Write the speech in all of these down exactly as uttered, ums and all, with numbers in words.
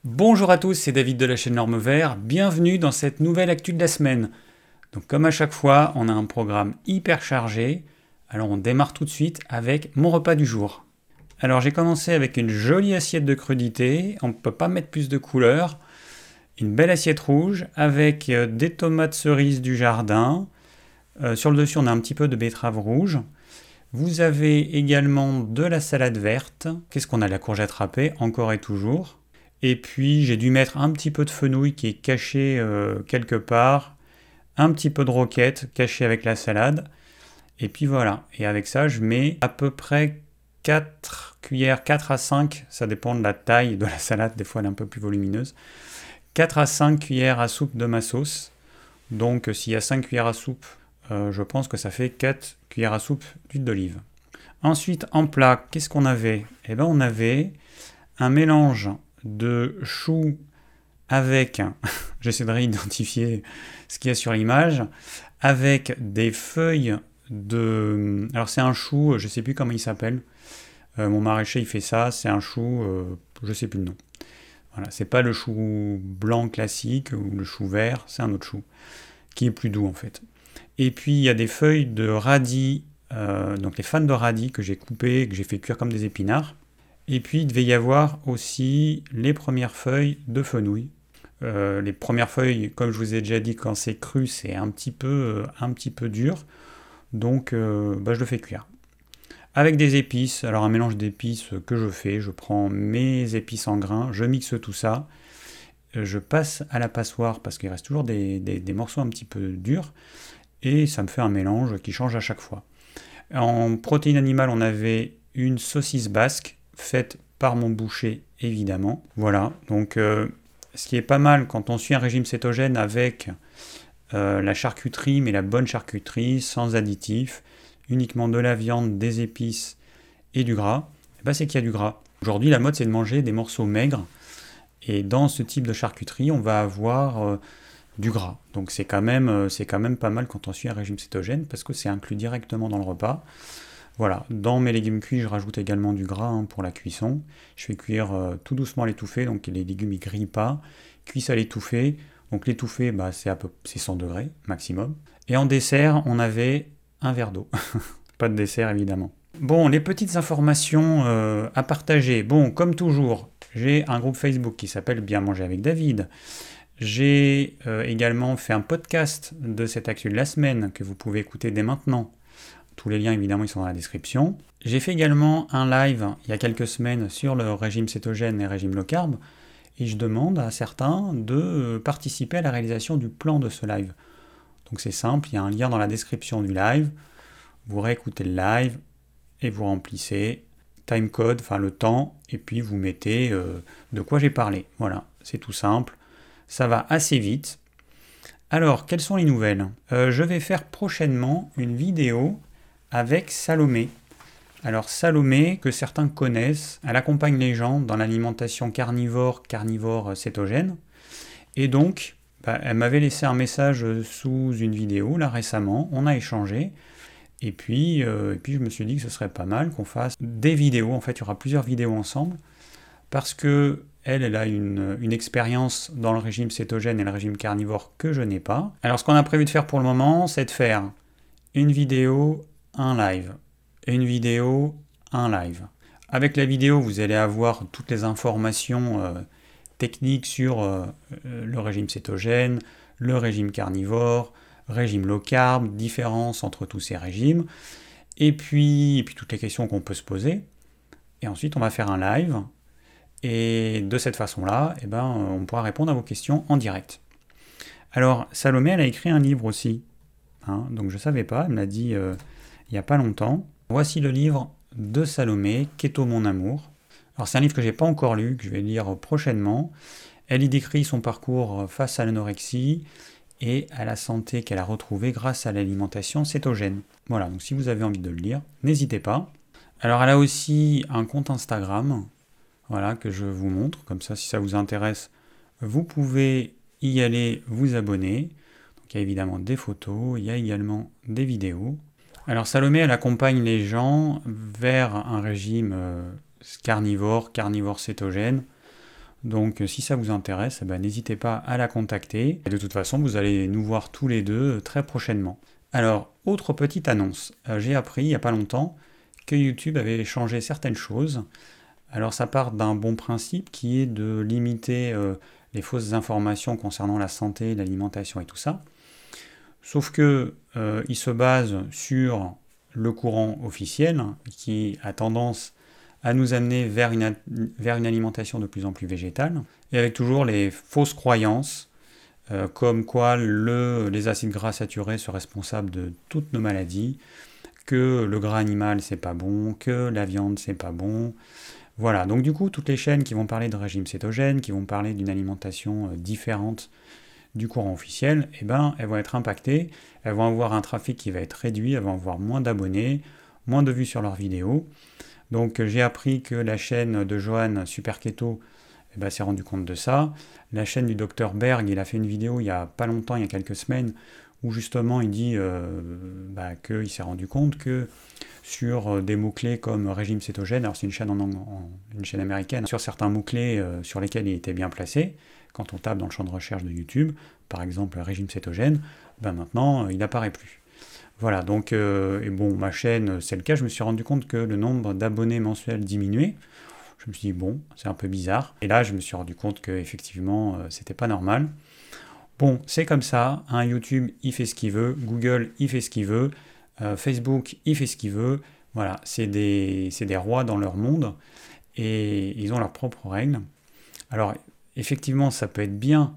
Bonjour à tous, c'est David de la chaîne Norme Vert, bienvenue dans cette nouvelle actu de la semaine. Donc comme à chaque fois, on a un programme hyper chargé, alors on démarre tout de suite avec mon repas du jour. Alors j'ai commencé avec une jolie assiette de crudités, on ne peut pas mettre plus de couleurs, une belle assiette rouge avec euh, des tomates cerises du jardin, euh, sur le dessus on a un petit peu de betterave rouge. Vous avez également de la salade verte, qu'est-ce qu'on a, la courgette râpée, encore et toujours. Et puis j'ai dû mettre un petit peu de fenouil qui est caché euh, quelque part, un petit peu de roquette caché avec la salade. Et puis voilà, et avec ça je mets à peu près quatre cuillères, quatre à cinq, ça dépend de la taille de la salade, des fois elle est un peu plus volumineuse, quatre à cinq cuillères à soupe de ma sauce. Donc s'il y a cinq cuillères à soupe, euh, je pense que ça fait quatre cuillères à soupe d'huile d'olive. Ensuite en plat, qu'est-ce qu'on avait? Eh bien on avait un mélange de choux avec, j'essaie de réidentifier ce qu'il y a sur l'image, avec des feuilles de... Alors c'est un chou, je ne sais plus comment il s'appelle, euh, mon maraîcher il fait ça, c'est un chou, euh, je ne sais plus le nom. Voilà, c'est pas le chou blanc classique ou le chou vert, c'est un autre chou, qui est plus doux en fait. Et puis il y a des feuilles de radis, euh, donc les fans de radis que j'ai coupées, que j'ai fait cuire comme des épinards. Et puis il devait y avoir aussi les premières feuilles de fenouil. Euh, les premières feuilles, comme je vous ai déjà dit, quand c'est cru, c'est un petit peu, euh, un petit peu dur. Donc euh, bah, je le fais cuire. Avec des épices, alors un mélange d'épices que je fais, je prends mes épices en grains, je mixe tout ça, je passe à la passoire parce qu'il reste toujours des, des, des morceaux un petit peu durs, et ça me fait un mélange qui change à chaque fois. En protéines animales, on avait une saucisse basque, faite par mon boucher évidemment. Voilà, donc euh, ce qui est pas mal quand on suit un régime cétogène avec euh, la charcuterie, mais la bonne charcuterie, sans additifs, uniquement de la viande, des épices et du gras, et ben c'est qu'il y a du gras. Aujourd'hui la mode c'est de manger des morceaux maigres, et dans ce type de charcuterie on va avoir euh, du gras. Donc c'est quand même, euh, c'est quand même pas mal quand on suit un régime cétogène, parce que c'est inclus directement dans le repas. Voilà, dans mes légumes cuits, je rajoute également du gras hein, pour la cuisson. Je fais cuire euh, tout doucement l'étouffée, donc les légumes ils grillent pas. Cuisse à l'étouffée, donc l'étouffée bah, c'est à peu c'est cent degrés maximum. Et en dessert, on avait un verre d'eau. Pas de dessert évidemment. Bon, les petites informations euh, à partager. Bon, comme toujours, j'ai un groupe Facebook qui s'appelle Bien manger avec David. J'ai euh, également fait un podcast de cette actu de la semaine que vous pouvez écouter dès maintenant. Tous les liens, évidemment, ils sont dans la description. J'ai fait également un live il y a quelques semaines sur le régime cétogène et le régime low carb. Et je demande à certains de participer à la réalisation du plan de ce live. Donc c'est simple, il y a un lien dans la description du live. Vous réécoutez le live et vous remplissez timecode, enfin le temps, et puis vous mettez euh, de quoi j'ai parlé. Voilà, c'est tout simple. Ça va assez vite. Alors, quelles sont les nouvelles? euh, Je vais faire prochainement une vidéo avec Salomé. Alors Salomé, que certains connaissent, elle accompagne les gens dans l'alimentation carnivore, carnivore cétogène. Et donc, bah, elle m'avait laissé un message sous une vidéo, là récemment, on a échangé. Et puis, euh, et puis je me suis dit que ce serait pas mal qu'on fasse des vidéos, en fait il y aura plusieurs vidéos ensemble, parce que elle, elle a une, une expérience dans le régime cétogène et le régime carnivore que je n'ai pas. Alors ce qu'on a prévu de faire pour le moment, c'est de faire une vidéo, un live. Une vidéo, un live. Avec la vidéo, vous allez avoir toutes les informations euh, techniques sur euh, le régime cétogène, le régime carnivore, régime low carb, différence entre tous ces régimes, et puis, et puis toutes les questions qu'on peut se poser. Et ensuite, on va faire un live, et de cette façon-là, eh ben, on pourra répondre à vos questions en direct. Alors, Salomé, elle a écrit un livre aussi, hein, donc je ne savais pas, elle me l'a dit euh, il n'y a pas longtemps. Voici le livre de Salomé, Keto mon amour. Alors c'est un livre que je n'ai pas encore lu, que je vais lire prochainement. Elle y décrit son parcours face à l'anorexie et à la santé qu'elle a retrouvée grâce à l'alimentation cétogène. Voilà, donc si vous avez envie de le lire, n'hésitez pas. Alors elle a aussi un compte Instagram, voilà, que je vous montre, comme ça si ça vous intéresse, vous pouvez y aller vous abonner. Donc il y a évidemment des photos, il y a également des vidéos. Alors Salomé, elle accompagne les gens vers un régime euh, carnivore, carnivore cétogène. Donc si ça vous intéresse, eh ben, n'hésitez pas à la contacter. Et de toute façon, vous allez nous voir tous les deux très prochainement. Alors, autre petite annonce. Euh, j'ai appris il n'y a pas longtemps que YouTube avait changé certaines choses. Alors ça part d'un bon principe qui est de limiter euh, les fausses informations concernant la santé, l'alimentation et tout ça. Sauf que euh, il se base sur le courant officiel qui a tendance à nous amener vers une, vers une alimentation de plus en plus végétale, et avec toujours les fausses croyances, euh, comme quoi le, les acides gras saturés sont responsables de toutes nos maladies, que le gras animal c'est pas bon, que la viande c'est pas bon. Voilà, donc du coup, toutes les chaînes qui vont parler de régime cétogène, qui vont parler d'une alimentation euh, différente du courant officiel, eh ben, elles vont être impactées, elles vont avoir un trafic qui va être réduit, elles vont avoir moins d'abonnés, moins de vues sur leurs vidéos. Donc j'ai appris que la chaîne de Johan Super Keto eh ben, s'est rendu compte de ça. La chaîne du docteur Berg, il a fait une vidéo il n'y a pas longtemps, il y a quelques semaines, où justement il dit euh, bah, qu'il s'est rendu compte que sur des mots-clés comme régime cétogène, alors c'est une chaîne, en, en, une chaîne américaine, sur certains mots-clés euh, sur lesquels il était bien placé, quand on tape dans le champ de recherche de YouTube, par exemple régime cétogène, ben maintenant il n'apparaît plus. Voilà, donc, euh, et bon, ma chaîne, c'est le cas, je me suis rendu compte que le nombre d'abonnés mensuels diminuait. Je me suis dit, bon, c'est un peu bizarre. Et là, je me suis rendu compte qu'effectivement, euh, c'était pas normal. Bon, c'est comme ça, hein, YouTube, il fait ce qu'il veut, Google, il fait ce qu'il veut, euh, Facebook, il fait ce qu'il veut. Voilà, c'est des, c'est des rois dans leur monde, et ils ont leurs propres règles. Alors, effectivement, ça peut être bien,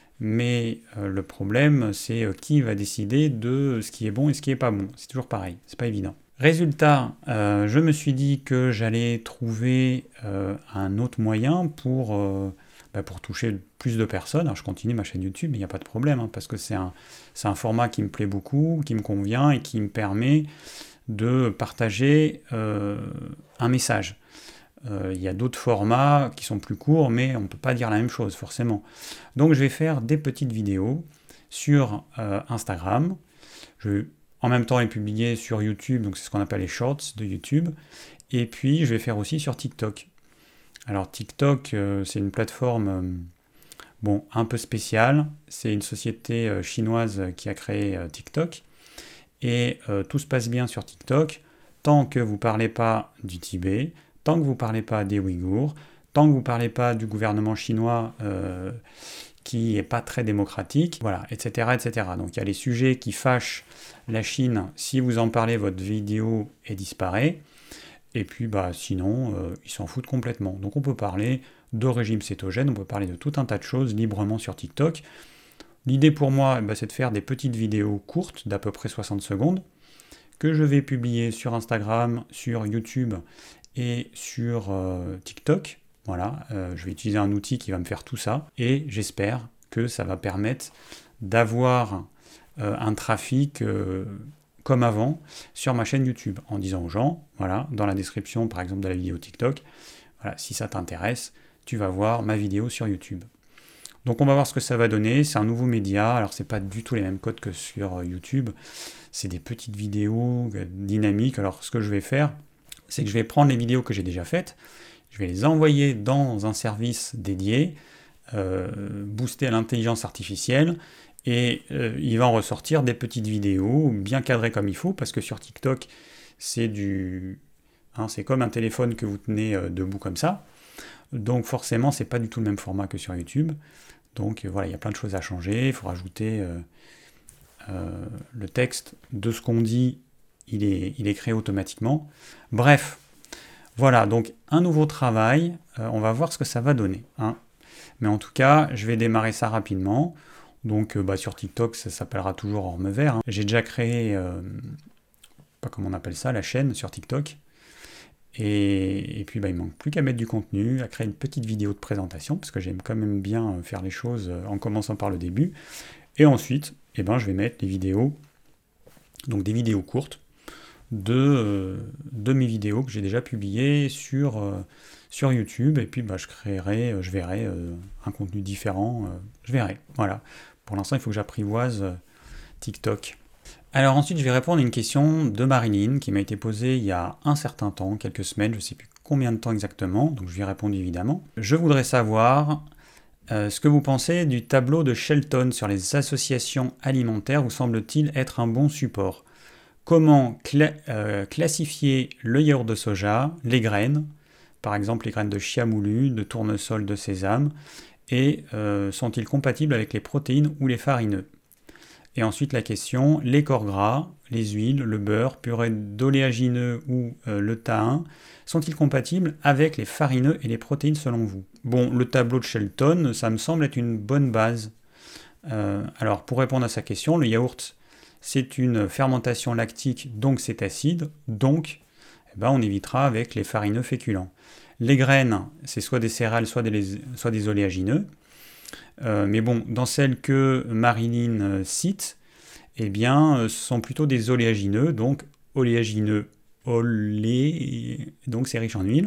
mais euh, le problème, c'est euh, qui va décider de ce qui est bon et ce qui n'est pas bon. C'est toujours pareil, c'est pas évident. Résultat, euh, je me suis dit que j'allais trouver euh, un autre moyen pour, euh, bah, pour toucher plus de personnes. Alors je continue ma chaîne YouTube, il n'y a pas de problème, hein, parce que c'est un, c'est un format qui me plaît beaucoup, qui me convient et qui me permet de partager euh, un message. Euh, il y a d'autres formats qui sont plus courts, mais on ne peut pas dire la même chose, forcément. Donc je vais faire des petites vidéos sur euh, Instagram. Je vais en même temps les publier sur YouTube, donc c'est ce qu'on appelle les shorts de YouTube. Et puis je vais faire aussi sur TikTok. Alors TikTok, euh, c'est une plateforme euh, bon, un peu spéciale. C'est une société euh, chinoise qui a créé euh, TikTok. Et euh, tout se passe bien sur TikTok tant que vous ne parlez pas du Tibet, tant que vous ne parlez pas des Ouïghours, tant que vous ne parlez pas du gouvernement chinois euh, qui n'est pas très démocratique, voilà, et cetera, et cetera. Donc il y a les sujets qui fâchent la Chine. Si vous en parlez, votre vidéo est disparaît. Et puis bah, sinon, euh, ils s'en foutent complètement. Donc on peut parler de régime cétogène, on peut parler de tout un tas de choses librement sur TikTok. L'idée pour moi, bah, c'est de faire des petites vidéos courtes d'à peu près soixante secondes que je vais publier sur Instagram, sur YouTube et sur euh, TikTok. Voilà, euh, je vais utiliser un outil qui va me faire tout ça et j'espère que ça va permettre d'avoir euh, un trafic euh, comme avant sur ma chaîne YouTube en disant aux gens, voilà, dans la description par exemple de la vidéo TikTok, voilà, si ça t'intéresse, tu vas voir ma vidéo sur YouTube. Donc on va voir ce que ça va donner, c'est un nouveau média, alors c'est pas du tout les mêmes codes que sur YouTube, c'est des petites vidéos dynamiques. Alors ce que je vais faire, c'est que je vais prendre les vidéos que j'ai déjà faites, je vais les envoyer dans un service dédié, euh, boosté à l'intelligence artificielle, et euh, il va en ressortir des petites vidéos bien cadrées comme il faut, parce que sur TikTok, c'est du, hein, c'est comme un téléphone que vous tenez euh, debout comme ça, donc forcément, c'est pas du tout le même format que sur YouTube. Donc euh, voilà, il y a plein de choses à changer, il faut rajouter euh, euh, le texte de ce qu'on dit, il est, il est créé automatiquement. Bref, voilà, donc un nouveau travail, euh, on va voir ce que ça va donner. Hein. Mais en tout cas, je vais démarrer ça rapidement. Donc euh, bah, sur TikTok, ça s'appellera toujours Orme Vert. Hein. J'ai déjà créé, euh, pas comment on appelle ça, la chaîne sur TikTok. Et, et puis bah, il ne manque plus qu'à mettre du contenu, à créer une petite vidéo de présentation, parce que j'aime quand même bien faire les choses en commençant par le début. Et ensuite, eh ben, je vais mettre les vidéos, donc des vidéos courtes, de, euh, de mes vidéos que j'ai déjà publiées sur, euh, sur YouTube. Et puis bah, je créerai, je verrai euh, un contenu différent, euh, je verrai. Voilà. Pour l'instant, il faut que j'apprivoise euh, TikTok. Alors ensuite, je vais répondre à une question de Marilyn qui m'a été posée il y a un certain temps, quelques semaines, je ne sais plus combien de temps exactement? Donc je lui ai répondu évidemment. Je voudrais savoir euh, ce que vous pensez du tableau de Shelton sur les associations alimentaires vous semble-t-il être un bon support? Comment cla- euh, classifier le yaourt de soja, les graines, par exemple les graines de chia moulu, de tournesol, de sésame, et euh, sont-ils compatibles avec les protéines ou les farineux? Et ensuite la question, les corps gras, les huiles, le beurre, purée d'oléagineux ou euh, le tahin, sont-ils compatibles avec les farineux et les protéines selon vous? Bon, le tableau de Shelton, ça me semble être une bonne base. Euh, alors pour répondre à sa question, le yaourt, c'est une fermentation lactique, donc c'est acide, donc eh ben, on évitera avec les farineux féculents. Les graines, c'est soit des céréales, soit des, soit des oléagineux. Euh, mais bon, dans celles que Marilyn euh, cite, eh bien, euh, ce sont plutôt des oléagineux, donc oléagineux olé, donc c'est riche en huile.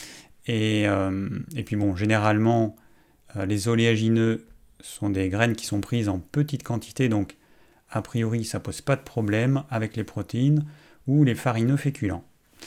Et, euh, et puis bon, généralement, euh, les oléagineux sont des graines qui sont prises en petite quantité, donc a priori, ça pose pas de problème avec les protéines ou les farineux féculents.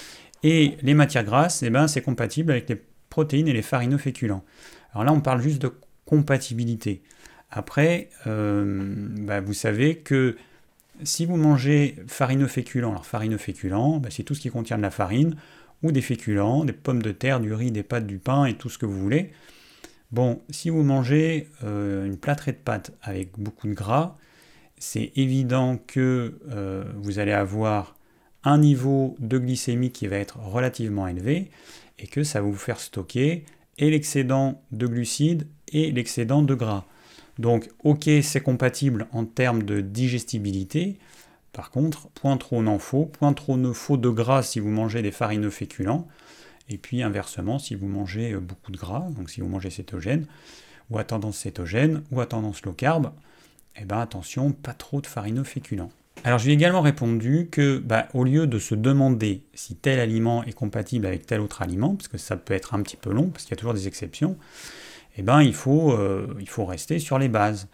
Et les matières grasses, eh ben, c'est compatible avec les protéines et les farineux féculents. Alors là, on parle juste de compatibilité. Après, euh, bah, vous savez que si vous mangez farineux féculents, alors farineux féculents, bah, c'est tout ce qui contient de la farine, ou des féculents, des pommes de terre, du riz, des pâtes, du pain et tout ce que vous voulez. Bon, si vous mangez euh, une plâtrée de pâtes avec beaucoup de gras, c'est évident que euh, vous allez avoir un niveau de glycémie qui va être relativement élevé et que ça va vous faire stocker et l'excédent de glucides et l'excédent de gras. Donc, ok, c'est compatible en termes de digestibilité. Par contre, point trop n'en faut, point trop ne faut de gras si vous mangez des farineux féculents. Et puis inversement, si vous mangez beaucoup de gras, donc si vous mangez cétogène, ou à tendance cétogène, ou à tendance low carb, eh ben attention, pas trop de farineux féculents. Alors je lui ai également répondu que, bah, au lieu de se demander si tel aliment est compatible avec tel autre aliment, parce que ça peut être un petit peu long, parce qu'il y a toujours des exceptions, eh ben il faut, euh, il faut rester sur les bases.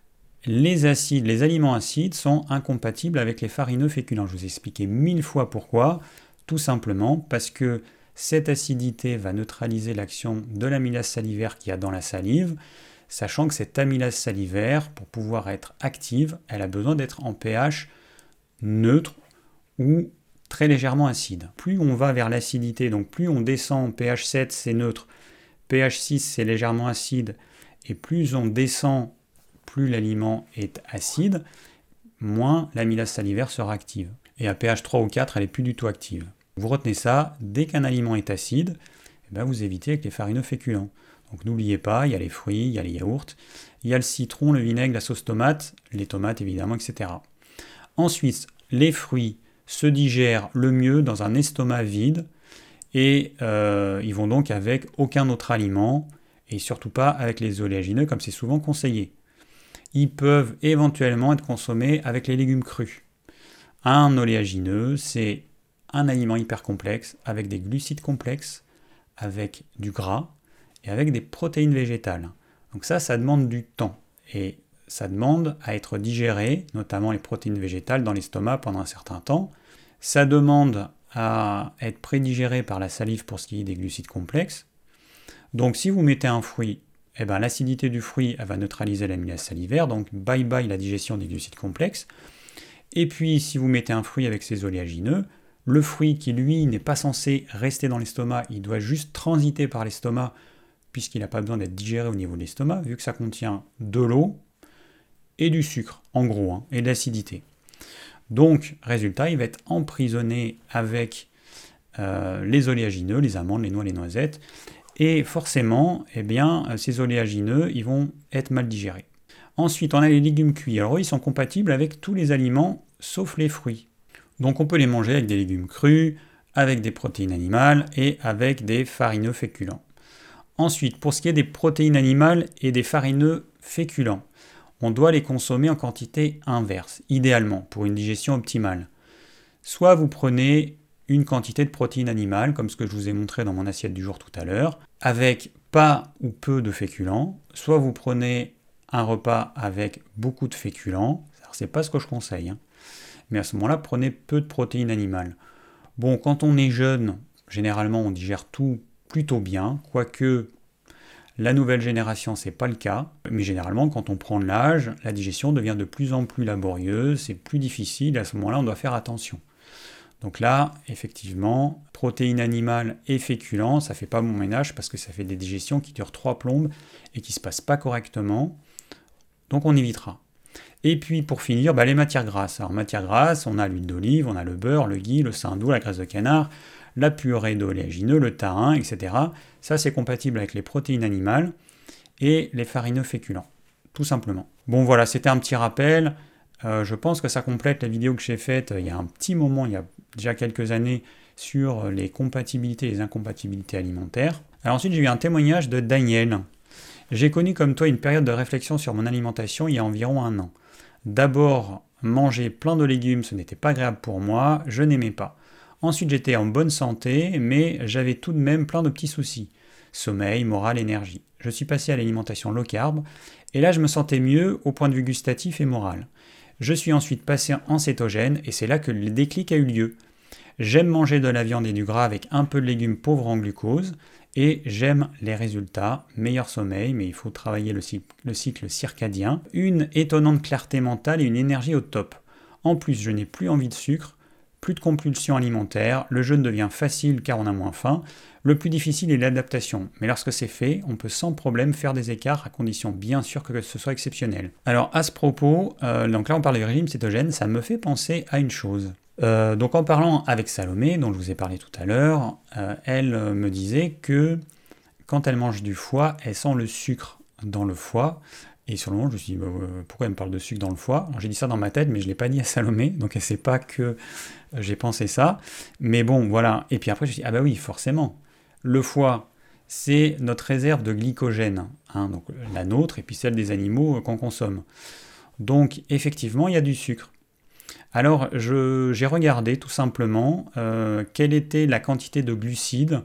Les acides, les aliments acides sont incompatibles avec les farineux féculents. Je vous ai expliqué mille fois pourquoi, tout simplement parce que cette acidité va neutraliser l'action de l'amylase salivaire qu'il y a dans la salive, sachant que cette amylase salivaire, pour pouvoir être active, elle a besoin d'être en pH neutre ou très légèrement acide. Plus on va vers l'acidité, donc plus on descend en pH sept, c'est neutre, pH six, c'est légèrement acide, et plus on descend, plus l'aliment est acide, moins l'amylase salivaire sera active. Et à pH trois ou quatre, elle n'est plus du tout active. Vous retenez ça, dès qu'un aliment est acide, eh ben vous évitez avec les farineux féculents. Donc n'oubliez pas, il y a les fruits, il y a les yaourts, il y a le citron, le vinaigre, la sauce tomate, les tomates évidemment, et cetera. Ensuite, les fruits se digèrent le mieux dans un estomac vide et euh, ils vont donc avec aucun autre aliment et surtout pas avec les oléagineux comme c'est souvent conseillé. Ils peuvent éventuellement être consommés avec les légumes crus. Un oléagineux, c'est un aliment hyper complexe avec des glucides complexes, avec du gras, et avec des protéines végétales. Donc ça, ça demande du temps. Et ça demande à être digéré, notamment les protéines végétales, dans l'estomac pendant un certain temps. Ça demande à être prédigéré par la salive pour ce qui est des glucides complexes. Donc si vous mettez un fruit, eh ben, l'acidité du fruit elle va neutraliser l'amylase salivaire, donc bye bye la digestion des glucides complexes. Et puis si vous mettez un fruit avec ses oléagineux, le fruit qui lui n'est pas censé rester dans l'estomac, il doit juste transiter par l'estomac puisqu'il n'a pas besoin d'être digéré au niveau de l'estomac, vu que ça contient de l'eau et du sucre, en gros, hein, et de l'acidité. Donc, résultat, il va être emprisonné avec euh, les oléagineux, les amandes, les noix, les noisettes, et forcément, eh bien, ces oléagineux, ils vont être mal digérés. Ensuite, on a les légumes cuits. Alors, eux, ils sont compatibles avec tous les aliments, sauf les fruits. Donc, on peut les manger avec des légumes crus, avec des protéines animales et avec des farineux féculents. Ensuite, pour ce qui est des protéines animales et des farineux féculents, on doit les consommer en quantité inverse, idéalement, pour une digestion optimale. Soit vous prenez une quantité de protéines animales, comme ce que je vous ai montré dans mon assiette du jour tout à l'heure, avec pas ou peu de féculents, soit vous prenez un repas avec beaucoup de féculents, alors c'est pas ce que je conseille, hein, mais à ce moment-là, prenez peu de protéines animales. Bon, quand on est jeune, généralement on digère tout plutôt bien, quoique la nouvelle génération c'est pas le cas, mais généralement quand on prend de l'âge, la digestion devient de plus en plus laborieuse, c'est plus difficile, et à ce moment-là on doit faire attention. Donc là, effectivement, protéines animales et féculents, ça fait pas bon ménage parce que ça fait des digestions qui durent trois plombes et qui se passent pas correctement, donc on évitera. Et puis pour finir, bah, les matières grasses. Alors matières grasses, on a l'huile d'olive, on a le beurre, le ghee, le saindoux, la graisse de canard, la purée d'oléagineux, le tahin, et cetera. Ça c'est compatible avec les protéines animales et les farineux féculents, tout simplement. Bon voilà, c'était un petit rappel. Euh, je pense que ça complète la vidéo que j'ai faite euh, il y a un petit moment, il y a déjà quelques années, sur les compatibilités et les incompatibilités alimentaires. Alors ensuite, j'ai eu un témoignage de Daniel. J'ai connu comme toi une période de réflexion sur mon alimentation il y a environ un an. D'abord, manger plein de légumes, ce n'était pas agréable pour moi, je n'aimais pas. Ensuite, j'étais en bonne santé, mais j'avais tout de même plein de petits soucis. Sommeil, morale, énergie. Je suis passé à l'alimentation low carb, et là je me sentais mieux au point de vue gustatif et moral. Je suis ensuite passé en cétogène, et c'est là que le déclic a eu lieu. J'aime manger de la viande et du gras avec un peu de légumes pauvres en glucose, et j'aime les résultats, meilleur sommeil, mais il faut travailler le cycle, le cycle circadien, une étonnante clarté mentale et une énergie au top. En plus, je n'ai plus envie de sucre, plus de compulsions alimentaires, le jeûne devient facile car on a moins faim, le plus difficile est l'adaptation, mais lorsque c'est fait, on peut sans problème faire des écarts à condition bien sûr que ce soit exceptionnel. Alors à ce propos, euh, donc là on parle du régime cétogène, ça me fait penser à une chose. Euh, donc en parlant avec Salomé, dont je vous ai parlé tout à l'heure, euh, elle euh, me disait que quand elle mange du foie, elle sent le sucre dans le foie. Et sur le moment, je me suis dit, bah, euh, pourquoi elle me parle de sucre dans le foie? Alors, j'ai dit ça dans ma tête, mais je ne l'ai pas dit à Salomé, donc elle ne sait pas que euh, j'ai pensé ça. Mais bon, voilà. Et puis après, je me suis dit, ah bah oui, forcément. Le foie, c'est notre réserve de glycogène, hein, donc la nôtre et puis celle des animaux euh, qu'on consomme. Donc effectivement, il y a du sucre. Alors je, j'ai regardé tout simplement euh, quelle était la quantité de glucides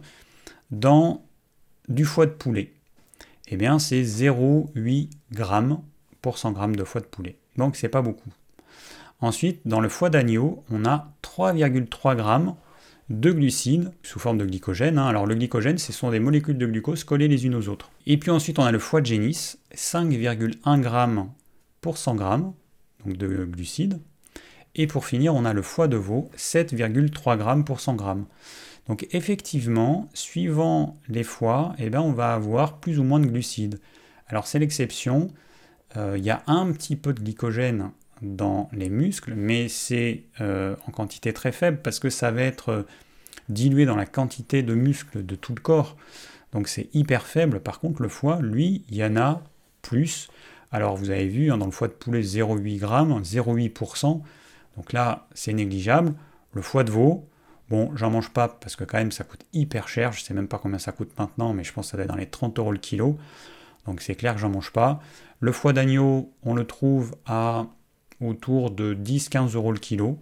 dans du foie de poulet. Eh bien c'est zéro virgule huit grammes pour cent grammes de foie de poulet. Donc c'est pas beaucoup. Ensuite, dans le foie d'agneau, on a trois virgule trois grammes de glucides sous forme de glycogène. Hein. Alors le glycogène, ce sont des molécules de glucose collées les unes aux autres. Et puis ensuite, on a le foie de génisse, cinq virgule un grammes pour cent grammes donc de glucides. Et pour finir, on a le foie de veau, sept virgule trois grammes pour cent grammes. Donc effectivement, suivant les foies, eh ben, on va avoir plus ou moins de glucides. Alors c'est l'exception, euh, il y a un petit peu de glycogène dans les muscles, mais c'est euh, en quantité très faible parce que ça va être dilué dans la quantité de muscles de tout le corps. Donc c'est hyper faible. Par contre, le foie, lui, il y en a plus. Alors vous avez vu, hein, dans le foie de poulet, zéro virgule huit grammes, zéro virgule huit pour cent. Donc là, c'est négligeable. Le foie de veau, bon, j'en mange pas parce que quand même ça coûte hyper cher. Je sais même pas combien ça coûte maintenant, mais je pense que ça doit être dans les trente euros le kilo. Donc c'est clair que j'en mange pas. Le foie d'agneau, on le trouve à autour de dix à quinze euros le kilo.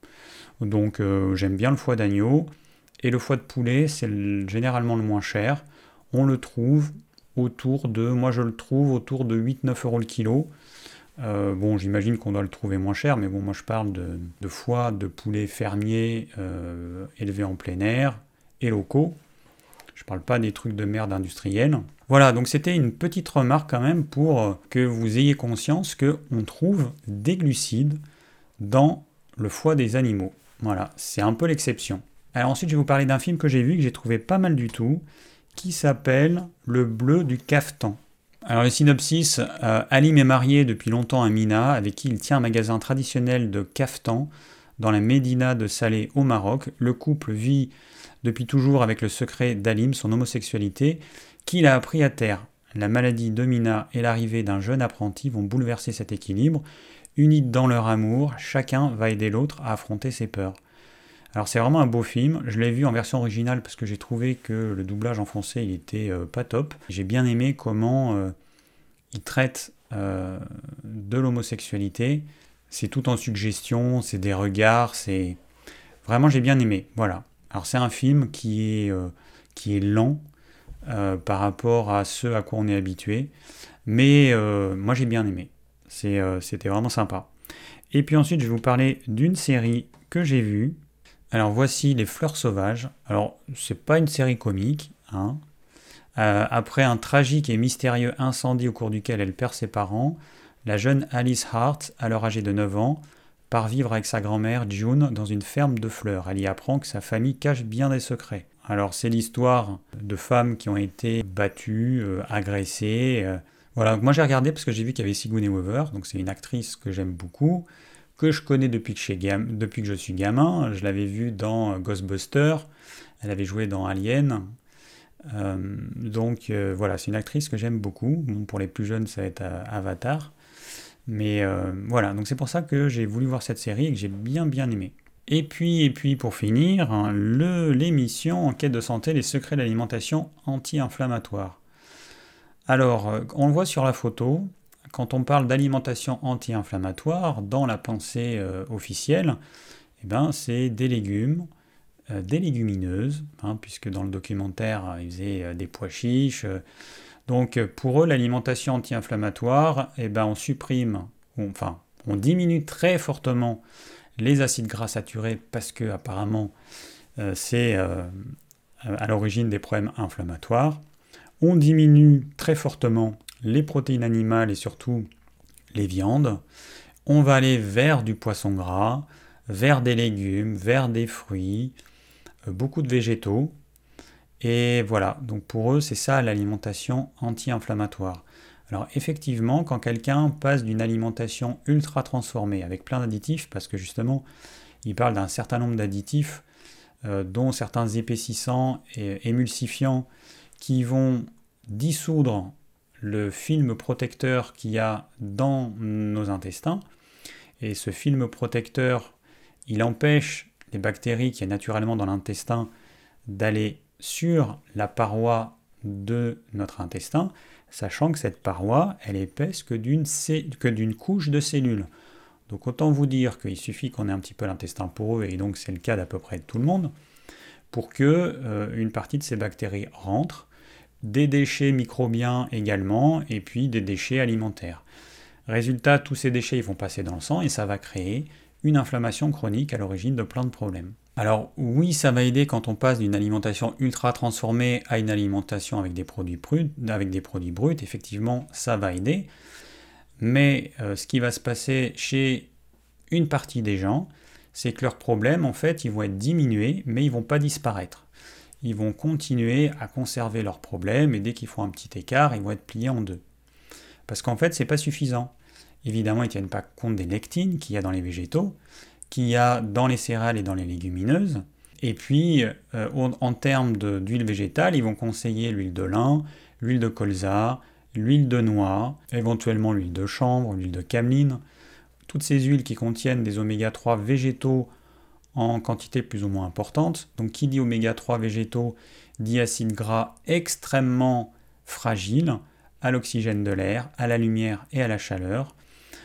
Donc euh, j'aime bien le foie d'agneau. Et le foie de poulet, c'est le, généralement le moins cher. On le trouve autour de, moi je le trouve autour de huit à neuf euros le kilo. Euh, bon, j'imagine qu'on doit le trouver moins cher, mais bon, moi je parle de, de foie de poulet fermier euh, élevé en plein air et locaux. Je parle pas des trucs de merde industrielle. Voilà, donc c'était une petite remarque quand même pour que vous ayez conscience qu'on trouve des glucides dans le foie des animaux. Voilà, c'est un peu l'exception. Alors ensuite, je vais vous parler d'un film que j'ai vu, que j'ai trouvé pas mal du tout, qui s'appelle Le bleu du caftan. Alors le synopsis, euh, Halim est marié depuis longtemps à Mina, avec qui il tient un magasin traditionnel de caftan dans la médina de Salé au Maroc. Le couple vit depuis toujours avec le secret d'Halim, son homosexualité, qu'il a appris à terre. La maladie de Mina et l'arrivée d'un jeune apprenti vont bouleverser cet équilibre. Unis dans leur amour, chacun va aider l'autre à affronter ses peurs. Alors c'est vraiment un beau film, je l'ai vu en version originale parce que j'ai trouvé que le doublage en français il était euh, pas top. J'ai bien aimé comment euh, il traite euh, de l'homosexualité, c'est tout en suggestion, c'est des regards, c'est... Vraiment j'ai bien aimé, voilà. Alors c'est un film qui est, euh, qui est lent euh, par rapport à ce à quoi on est habitué, mais euh, moi j'ai bien aimé, c'est, euh, c'était vraiment sympa. Et puis ensuite je vais vous parler d'une série que j'ai vue. Alors voici Les Fleurs Sauvages. Alors c'est pas une série comique, hein. Euh, après un tragique et mystérieux incendie au cours duquel elle perd ses parents, la jeune Alice Hart, alors âgée de neuf ans, part vivre avec sa grand-mère June dans une ferme de fleurs. Elle y apprend que sa famille cache bien des secrets. Alors c'est l'histoire de femmes qui ont été battues, euh, agressées. Euh, voilà, donc moi j'ai regardé parce que j'ai vu qu'il y avait Sigourney Weaver, donc c'est une actrice que j'aime beaucoup, que je connais depuis que, je suis gam- depuis que je suis gamin. Je l'avais vue dans Ghostbusters, elle avait joué dans Alien. Euh, donc euh, voilà, c'est une actrice que j'aime beaucoup. Bon, pour les plus jeunes, ça va être euh, Avatar. Mais euh, voilà, donc c'est pour ça que j'ai voulu voir cette série et que j'ai bien bien aimé. Et puis, et puis pour finir, hein, le, l'émission Enquête de santé, les secrets de l'alimentation anti-inflammatoire. Alors, euh, on le voit sur la photo, quand on parle d'alimentation anti-inflammatoire, dans la pensée euh, officielle, eh ben, c'est des légumes, euh, des légumineuses, hein, puisque dans le documentaire, euh, ils faisaient euh, des pois chiches. euh. Donc, euh, pour eux, l'alimentation anti-inflammatoire, eh ben, on supprime, ou, enfin, on diminue très fortement les acides gras saturés parce que apparemment euh, c'est euh, à l'origine des problèmes inflammatoires. On diminue très fortement les protéines animales et surtout les viandes. On va aller vers du poisson gras, vers des légumes, vers des fruits, euh, beaucoup de végétaux. Et voilà, donc pour eux, c'est ça l'alimentation anti-inflammatoire. Alors effectivement, quand quelqu'un passe d'une alimentation ultra transformée avec plein d'additifs, parce que justement, il parle d'un certain nombre d'additifs, euh, dont certains épaississants et émulsifiants qui vont dissoudre le film protecteur qu'il y a dans nos intestins. Et ce film protecteur, il empêche les bactéries qu'il y a naturellement dans l'intestin d'aller sur la paroi de notre intestin, sachant que cette paroi, elle est épaisse que d'une, que d'une couche de cellules. Donc autant vous dire qu'il suffit qu'on ait un petit peu l'intestin poreux, et donc c'est le cas d'à peu près de tout le monde, pour que euh, une partie de ces bactéries rentre, des déchets microbiens également, et puis des déchets alimentaires. Résultat, tous ces déchets ils vont passer dans le sang et ça va créer une inflammation chronique à l'origine de plein de problèmes. Alors oui, ça va aider quand on passe d'une alimentation ultra transformée à une alimentation avec des produits bruts, avec des produits bruts, effectivement ça va aider. Mais euh, ce qui va se passer chez une partie des gens, c'est que leurs problèmes, en fait, ils vont être diminués, mais ils ne vont pas disparaître. Ils vont continuer à conserver leurs problèmes, et dès qu'ils font un petit écart, ils vont être pliés en deux. Parce qu'en fait, ce n'est pas suffisant. Évidemment, ils ne tiennent pas compte des lectines qu'il y a dans les végétaux, qu'il y a dans les céréales et dans les légumineuses. Et puis, euh, en termes de, d'huile végétale, ils vont conseiller l'huile de lin, l'huile de colza, l'huile de noix, éventuellement l'huile de chanvre, l'huile de cameline. Toutes ces huiles qui contiennent des oméga trois végétaux en quantité plus ou moins importante. Donc qui dit oméga trois végétaux dit acides gras extrêmement fragiles à l'oxygène de l'air, à la lumière et à la chaleur.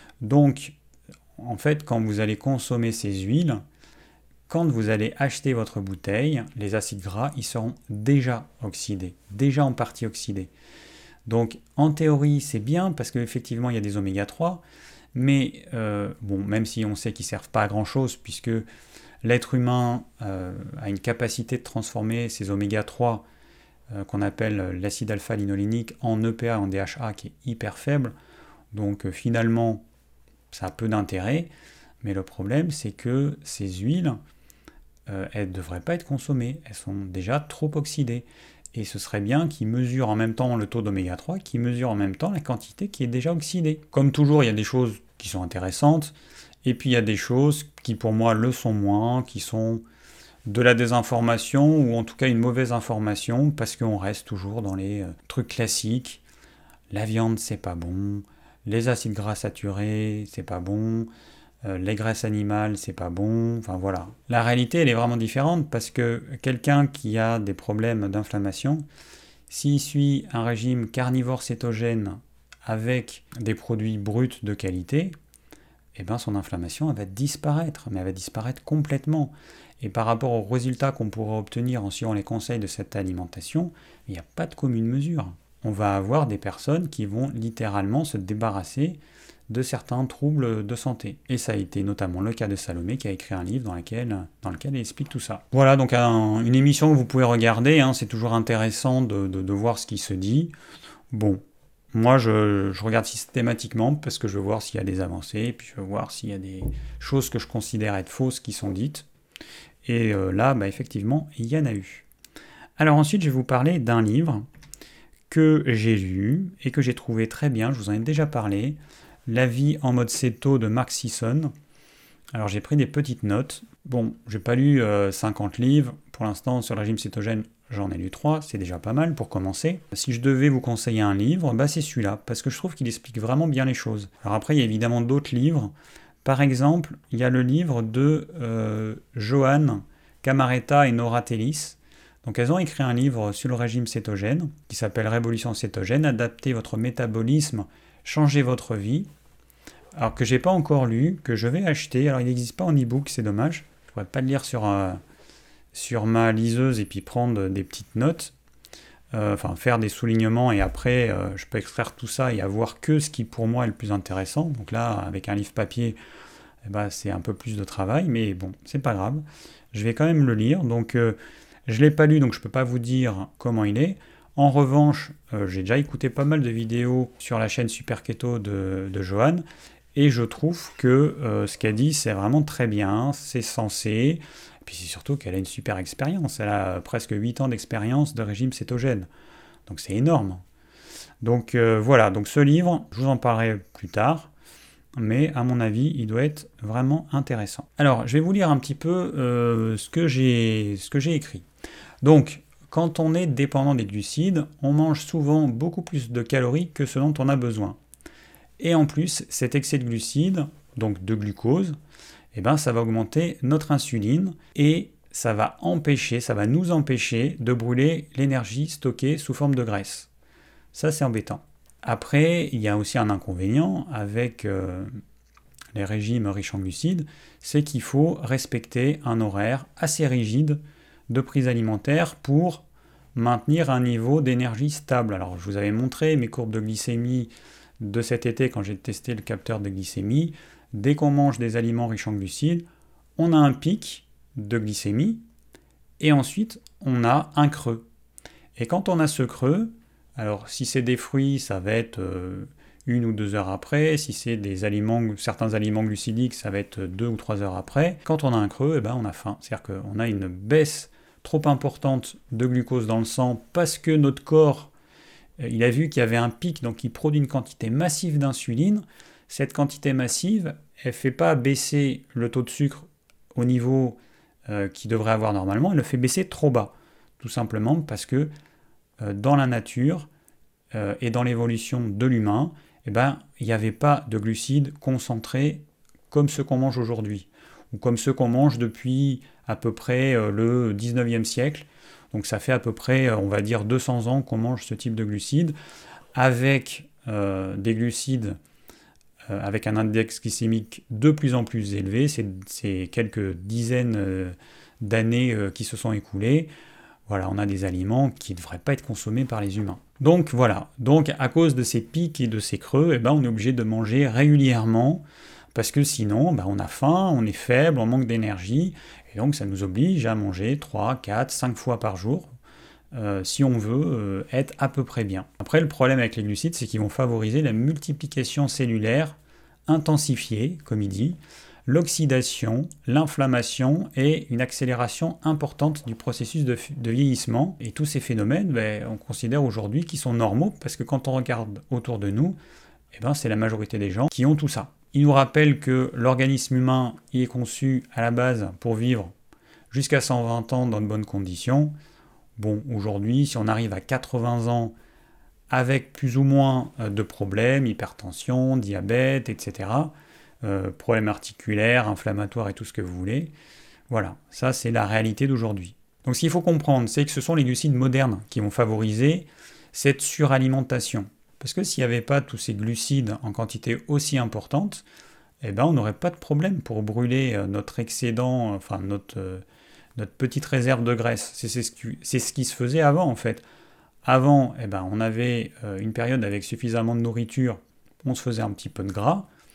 Donc en fait, quand vous allez consommer ces huiles, quand vous allez acheter votre bouteille, les acides gras, ils seront déjà oxydés, déjà en partie oxydés. Donc en théorie, c'est bien parce qu'effectivement, il y a des oméga trois, mais euh, bon, même si on sait qu'ils ne servent pas à grand-chose, puisque l'être humain euh, a une capacité de transformer ces oméga trois, euh, qu'on appelle l'acide alpha-linolénique, en E P A, en D H A, qui est hyper faible. Donc euh, finalement, ça a peu d'intérêt, mais le problème, c'est que ces huiles, euh, elles ne devraient pas être consommées, elles sont déjà trop oxydées. Et ce serait bien qu'ils mesurent en même temps le taux d'oméga trois, qu'ils mesurent en même temps la quantité qui est déjà oxydée. Comme toujours, il y a des choses qui sont intéressantes, et puis il y a des choses qui pour moi le sont moins, qui sont de la désinformation, ou en tout cas une mauvaise information, parce qu'on reste toujours dans les euh, trucs classiques. La viande, c'est pas bon, les acides gras saturés, c'est pas bon, euh, les graisses animales, c'est pas bon, enfin voilà. La réalité, elle est vraiment différente, parce que quelqu'un qui a des problèmes d'inflammation, s'il suit un régime carnivore cétogène avec des produits bruts de qualité, eh ben son inflammation elle va disparaître, mais elle va disparaître complètement. Et par rapport aux résultats qu'on pourrait obtenir en suivant les conseils de cette alimentation, il n'y a pas de commune mesure. On va avoir des personnes qui vont littéralement se débarrasser de certains troubles de santé. Et ça a été notamment le cas de Salomé qui a écrit un livre dans, laquelle, dans lequel elle explique tout ça. Voilà, donc un, une émission que vous pouvez regarder, hein, c'est toujours intéressant de, de, de voir ce qui se dit. Bon, moi je, je regarde systématiquement parce que je veux voir s'il y a des avancées, et puis je veux voir s'il y a des choses que je considère être fausses qui sont dites. Et euh, là, bah, effectivement, il y en a eu. Alors ensuite, je vais vous parler d'un livre que j'ai lu et que j'ai trouvé très bien, je vous en ai déjà parlé, La vie en mode céto de Mark Sisson. Alors j'ai pris des petites notes. Bon, j'ai pas lu euh, cinquante livres. Pour l'instant, sur le régime cétogène, j'en ai lu trois. C'est déjà pas mal pour commencer. Si je devais vous conseiller un livre, bah c'est celui-là, parce que je trouve qu'il explique vraiment bien les choses. Alors après, il y a évidemment d'autres livres. Par exemple, il y a le livre de euh, Joanne Camaretta et Nora Tellis. Donc elles ont écrit un livre sur le régime cétogène qui s'appelle Révolution cétogène, adapter votre métabolisme, changer votre vie. Alors que j'ai pas encore lu, que je vais acheter. Alors il n'existe pas en e-book, c'est dommage. Je pourrais pas le lire sur, euh, sur ma liseuse et puis prendre des petites notes. Euh, enfin faire des soulignements et après euh, je peux extraire tout ça et avoir que ce qui pour moi est le plus intéressant. Donc là, avec un livre papier, eh ben, c'est un peu plus de travail, mais bon, c'est pas grave. Je vais quand même le lire. Donc euh, je l'ai pas lu, donc je peux pas vous dire comment il est. En revanche, euh, j'ai déjà écouté pas mal de vidéos sur la chaîne Super Keto de, de Joanne, et je trouve que euh, ce qu'elle dit, c'est vraiment très bien, c'est sensé, et puis c'est surtout qu'elle a une super expérience, elle a presque huit ans d'expérience de régime cétogène, donc c'est énorme. Donc euh, voilà, donc ce livre, je vous en parlerai plus tard, mais à mon avis, il doit être vraiment intéressant. Alors, je vais vous lire un petit peu euh, ce que j'ai, ce que j'ai écrit. Donc, quand on est dépendant des glucides, on mange souvent beaucoup plus de calories que ce dont on a besoin. Et en plus, cet excès de glucides, donc de glucose, eh ben, ça va augmenter notre insuline et ça va empêcher, ça va nous empêcher de brûler l'énergie stockée sous forme de graisse. Ça, c'est embêtant. Après, il y a aussi un inconvénient avec euh, les régimes riches en glucides, c'est qu'il faut respecter un horaire assez rigide de prise alimentaire pour maintenir un niveau d'énergie stable. Alors, je vous avais montré mes courbes de glycémie de cet été quand j'ai testé le capteur de glycémie. Dès qu'on mange des aliments riches en glucides, on a un pic de glycémie et ensuite on a un creux. Et quand on a ce creux, alors si c'est des fruits, ça va être euh, une ou deux heures après. Si c'est des aliments, certains aliments glucidiques, ça va être deux ou trois heures après. Quand on a un creux, eh ben, on a faim. C'est-à-dire qu'on a une baisse trop importante de glucose dans le sang parce que notre corps, il a vu qu'il y avait un pic, donc il produit une quantité massive d'insuline. Cette quantité massive, elle ne fait pas baisser le taux de sucre au niveau euh, qu'il devrait avoir normalement, elle le fait baisser trop bas. Tout simplement parce que euh, dans la nature euh, et dans l'évolution de l'humain, eh ben, il n'y avait pas de glucides concentrés comme ceux qu'on mange aujourd'hui, ou comme ceux qu'on mange depuis à peu près euh, le dix-neuvième siècle. Donc ça fait à peu près, on va dire, deux cents ans qu'on mange ce type de glucides, avec euh, des glucides euh, avec un index glycémique de plus en plus élevé. C'est, c'est quelques dizaines euh, d'années euh, qui se sont écoulées. Voilà, on a des aliments qui ne devraient pas être consommés par les humains. Donc voilà, donc à cause de ces pics et de ces creux, eh ben, on est obligé de manger régulièrement, parce que sinon, ben, on a faim, on est faible, on manque d'énergie, et donc ça nous oblige à manger trois, quatre, cinq fois par jour, euh, si on veut euh, être à peu près bien. Après, le problème avec les glucides, c'est qu'ils vont favoriser la multiplication cellulaire intensifiée, comme il dit, l'oxydation, l'inflammation et une accélération importante du processus de, de vieillissement. Et tous ces phénomènes, ben, on considère aujourd'hui qu'ils sont normaux, parce que quand on regarde autour de nous, eh ben, c'est la majorité des gens qui ont tout ça. Il nous rappelle que l'organisme humain il est conçu à la base pour vivre jusqu'à cent vingt ans dans de bonnes conditions. Bon, aujourd'hui, si on arrive à quatre-vingts ans avec plus ou moins de problèmes, hypertension, diabète, et cetera, euh, problèmes articulaires, inflammatoires et tout ce que vous voulez, voilà, ça c'est la réalité d'aujourd'hui. Donc ce qu'il faut comprendre, c'est que ce sont les glucides modernes qui vont favoriser cette suralimentation. Parce que s'il n'y avait pas tous ces glucides en quantité aussi importante, eh ben on n'aurait pas de problème pour brûler notre excédent, enfin notre, euh, notre petite réserve de graisse. C'est, c'est, ce qui, c'est ce qui se faisait avant en fait. Avant, eh ben, on avait euh, une période avec suffisamment de nourriture, on se faisait un petit peu de gras,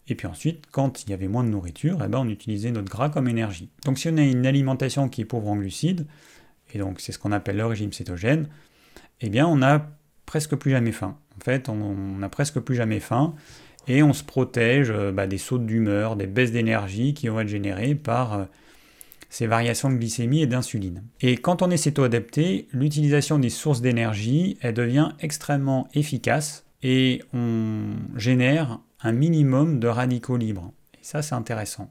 Et puis ensuite, quand il y avait moins de nourriture, eh ben, on utilisait notre gras comme énergie. Donc si on a une alimentation qui est pauvre en glucides, et donc c'est ce qu'on appelle le régime cétogène, eh bien on n'a presque plus jamais faim. En fait, on n'a presque plus jamais faim, et on se protège euh, bah, des sautes d'humeur, des baisses d'énergie qui vont être générées par euh, ces variations de glycémie et d'insuline. Et quand on est céto-adapté, l'utilisation des sources d'énergie, elle devient extrêmement efficace, et on génère un minimum de radicaux libres. Et ça, c'est intéressant.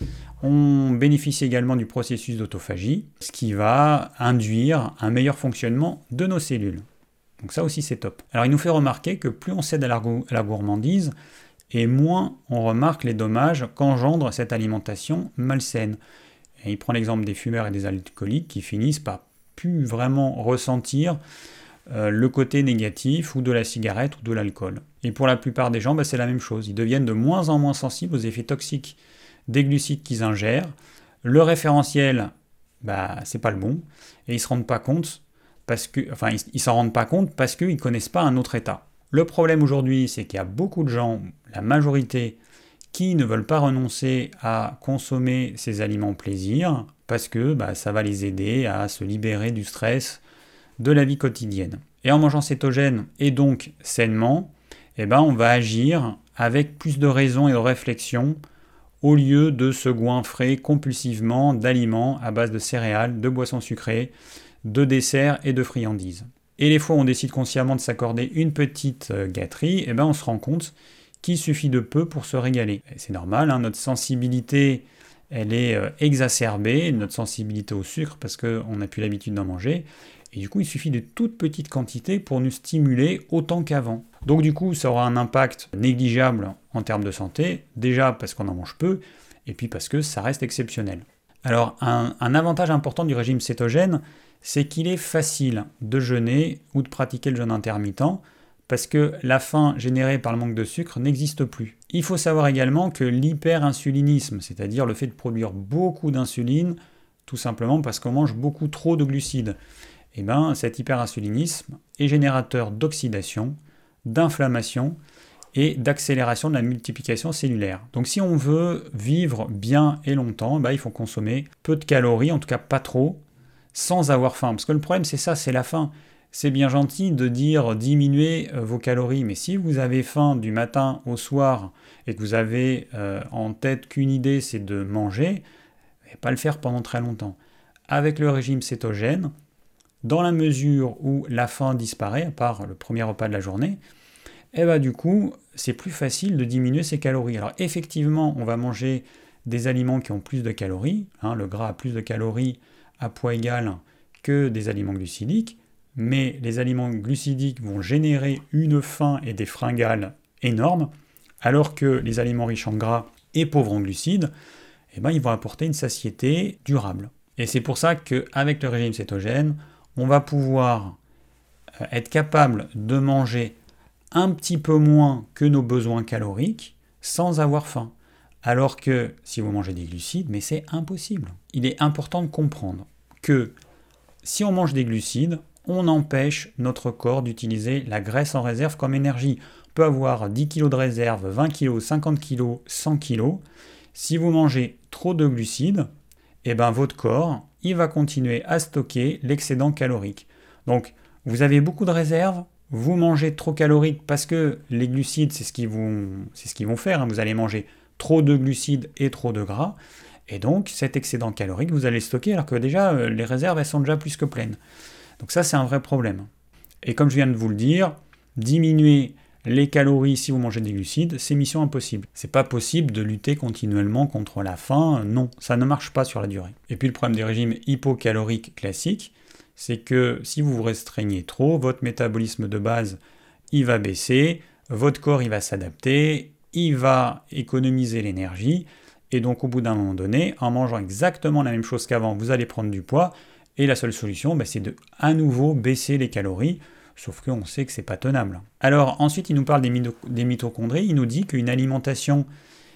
On bénéficie également du processus d'autophagie, ce qui va induire un meilleur fonctionnement de nos cellules. Donc ça aussi, c'est top. Alors, il nous fait remarquer que plus on cède à la, à la gourmandise, et moins on remarque les dommages qu'engendre cette alimentation malsaine. Et il prend l'exemple des fumeurs et des alcooliques qui finissent par plus vraiment ressentir euh, le côté négatif ou de la cigarette ou de l'alcool. Et pour la plupart des gens, bah, c'est la même chose. Ils deviennent de moins en moins sensibles aux effets toxiques des glucides qu'ils ingèrent. Le référentiel, bah, c'est pas le bon. Et ils se rendent pas compte, parce que, enfin, ils, ils s'en rendent pas compte parce qu'ils connaissent pas un autre état. Le problème aujourd'hui, c'est qu'il y a beaucoup de gens, la majorité, qui ne veulent pas renoncer à consommer ces aliments plaisir, parce que bah, ça va les aider à se libérer du stress de la vie quotidienne. Et en mangeant cétogène, et donc sainement, eh ben, on va agir avec plus de raison et de réflexion, au lieu de se goinfrer compulsivement d'aliments à base de céréales, de boissons sucrées, de desserts et de friandises. Et les fois où on décide consciemment de s'accorder une petite gâterie, eh ben, on se rend compte qu'il suffit de peu pour se régaler. Et c'est normal, hein, notre sensibilité, elle est euh, exacerbée, notre sensibilité au sucre, parce qu'on n'a plus l'habitude d'en manger. Et du coup, il suffit de toutes petites quantités pour nous stimuler autant qu'avant. Donc du coup, ça aura un impact négligeable en termes de santé, déjà parce qu'on en mange peu, et puis parce que ça reste exceptionnel. Alors, un, un avantage important du régime cétogène, c'est qu'il est facile de jeûner ou de pratiquer le jeûne intermittent, parce que la faim générée par le manque de sucre n'existe plus. Il faut savoir également que l'hyperinsulinisme, c'est-à-dire le fait de produire beaucoup d'insuline, tout simplement parce qu'on mange beaucoup trop de glucides, et bien cet hyperinsulinisme est générateur d'oxydation, d'inflammation et d'accélération de la multiplication cellulaire. Donc si on veut vivre bien et longtemps, ben, il faut consommer peu de calories, en tout cas pas trop, sans avoir faim. Parce que le problème c'est ça, c'est la faim. C'est bien gentil de dire diminuer vos calories, mais si vous avez faim du matin au soir et que vous avez euh, en tête qu'une idée c'est de manger, et pas le faire pendant très longtemps. Avec le régime cétogène, dans la mesure où la faim disparaît, à part le premier repas de la journée, et bah du coup, c'est plus facile de diminuer ses calories. Alors effectivement, on va manger des aliments qui ont plus de calories, hein, le gras a plus de calories à poids égal que des aliments glucidiques, mais les aliments glucidiques vont générer une faim et des fringales énormes, alors que les aliments riches en gras et pauvres en glucides, eh ben, ils vont apporter une satiété durable. Et c'est pour ça qu'avec le régime cétogène, on va pouvoir être capable de manger un petit peu moins que nos besoins caloriques sans avoir faim. Alors que si vous mangez des glucides, mais c'est impossible. Il est important de comprendre que si on mange des glucides, on empêche notre corps d'utiliser la graisse en réserve comme énergie. On peut avoir dix kilos de réserve, vingt kilos, cinquante kilos, cent kilos. Si vous mangez trop de glucides, eh ben votre corps, il va continuer à stocker l'excédent calorique. Donc, vous avez beaucoup de réserves, vous mangez trop calorique parce que les glucides, c'est ce qu'ils vont, c'est ce qu'ils vont faire. Hein. Vous allez manger trop de glucides et trop de gras. Et donc, cet excédent calorique, vous allez le stocker alors que déjà, les réserves, elles sont déjà plus que pleines. Donc ça, c'est un vrai problème. Et comme je viens de vous le dire, diminuer les calories si vous mangez des glucides, c'est mission impossible. C'est pas possible de lutter continuellement contre la faim, non, ça ne marche pas sur la durée. Et puis le problème des régimes hypocaloriques classiques, c'est que si vous vous restreignez trop, votre métabolisme de base, il va baisser, votre corps, il va s'adapter, il va économiser l'énergie, et donc au bout d'un moment donné, en mangeant exactement la même chose qu'avant, vous allez prendre du poids, et la seule solution, bah, c'est de à nouveau baisser les calories, sauf qu'on sait que c'est pas tenable. Alors ensuite, il nous parle des, mito- des mitochondries, il nous dit qu'une alimentation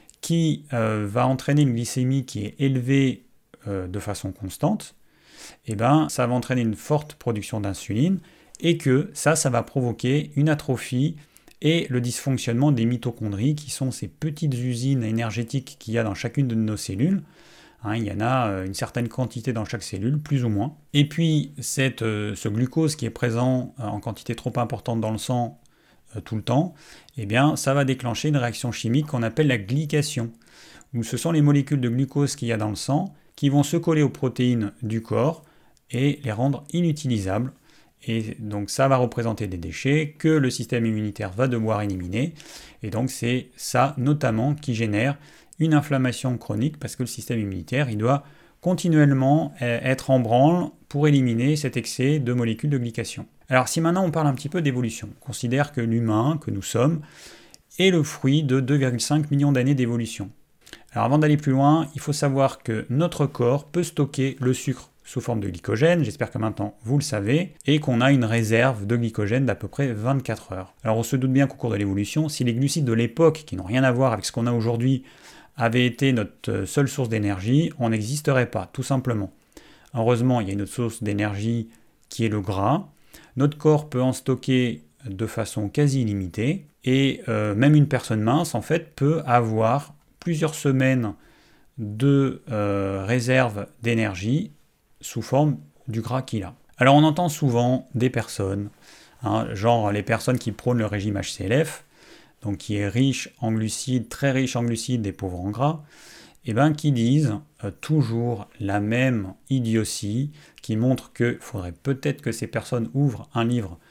qui euh, va entraîner une glycémie qui est élevée euh, de façon constante, eh ben, ça va entraîner une forte production d'insuline, et que ça, ça va provoquer une atrophie et le dysfonctionnement des mitochondries, qui sont ces petites usines énergétiques qu'il y a dans chacune de nos cellules. Hein, il y en a une certaine quantité dans chaque cellule, plus ou moins. Et puis, cette, euh, ce glucose qui est présent euh, en quantité trop importante dans le sang euh, tout le temps, eh bien, ça va déclencher une réaction chimique qu'on appelle la glycation, où ce sont les molécules de glucose qu'il y a dans le sang qui vont se coller aux protéines du corps et les rendre inutilisables. Et donc ça va représenter des déchets que le système immunitaire va devoir éliminer. Et donc c'est ça notamment qui génère une inflammation chronique, parce que le système immunitaire il doit continuellement être en branle pour éliminer cet excès de molécules de glycation. Alors si maintenant on parle un petit peu d'évolution, on considère que l'humain que nous sommes est le fruit de deux virgule cinq millions d'années d'évolution. Alors avant d'aller plus loin, il faut savoir que notre corps peut stocker le sucre sous forme de glycogène, j'espère que maintenant vous le savez, et qu'on a une réserve de glycogène d'à peu près vingt-quatre heures. Alors on se doute bien qu'au cours de l'évolution, si les glucides de l'époque, qui n'ont rien à voir avec ce qu'on a aujourd'hui, avaient été notre seule source d'énergie, on n'existerait pas, tout simplement. Heureusement, il y a une autre source d'énergie qui est le gras. Notre corps peut en stocker de façon quasi illimitée, et euh, même une personne mince, en fait, peut avoir plusieurs semaines de euh, réserve d'énergie sous forme du gras qu'il a. Alors on entend souvent des personnes, hein, genre les personnes qui prônent le régime H C L F, donc qui est riche en glucides, très riche en glucides et pauvre en gras, et ben qui disent euh, toujours la même idiotie, qui montre qu'il faudrait peut-être que ces personnes ouvrent un livre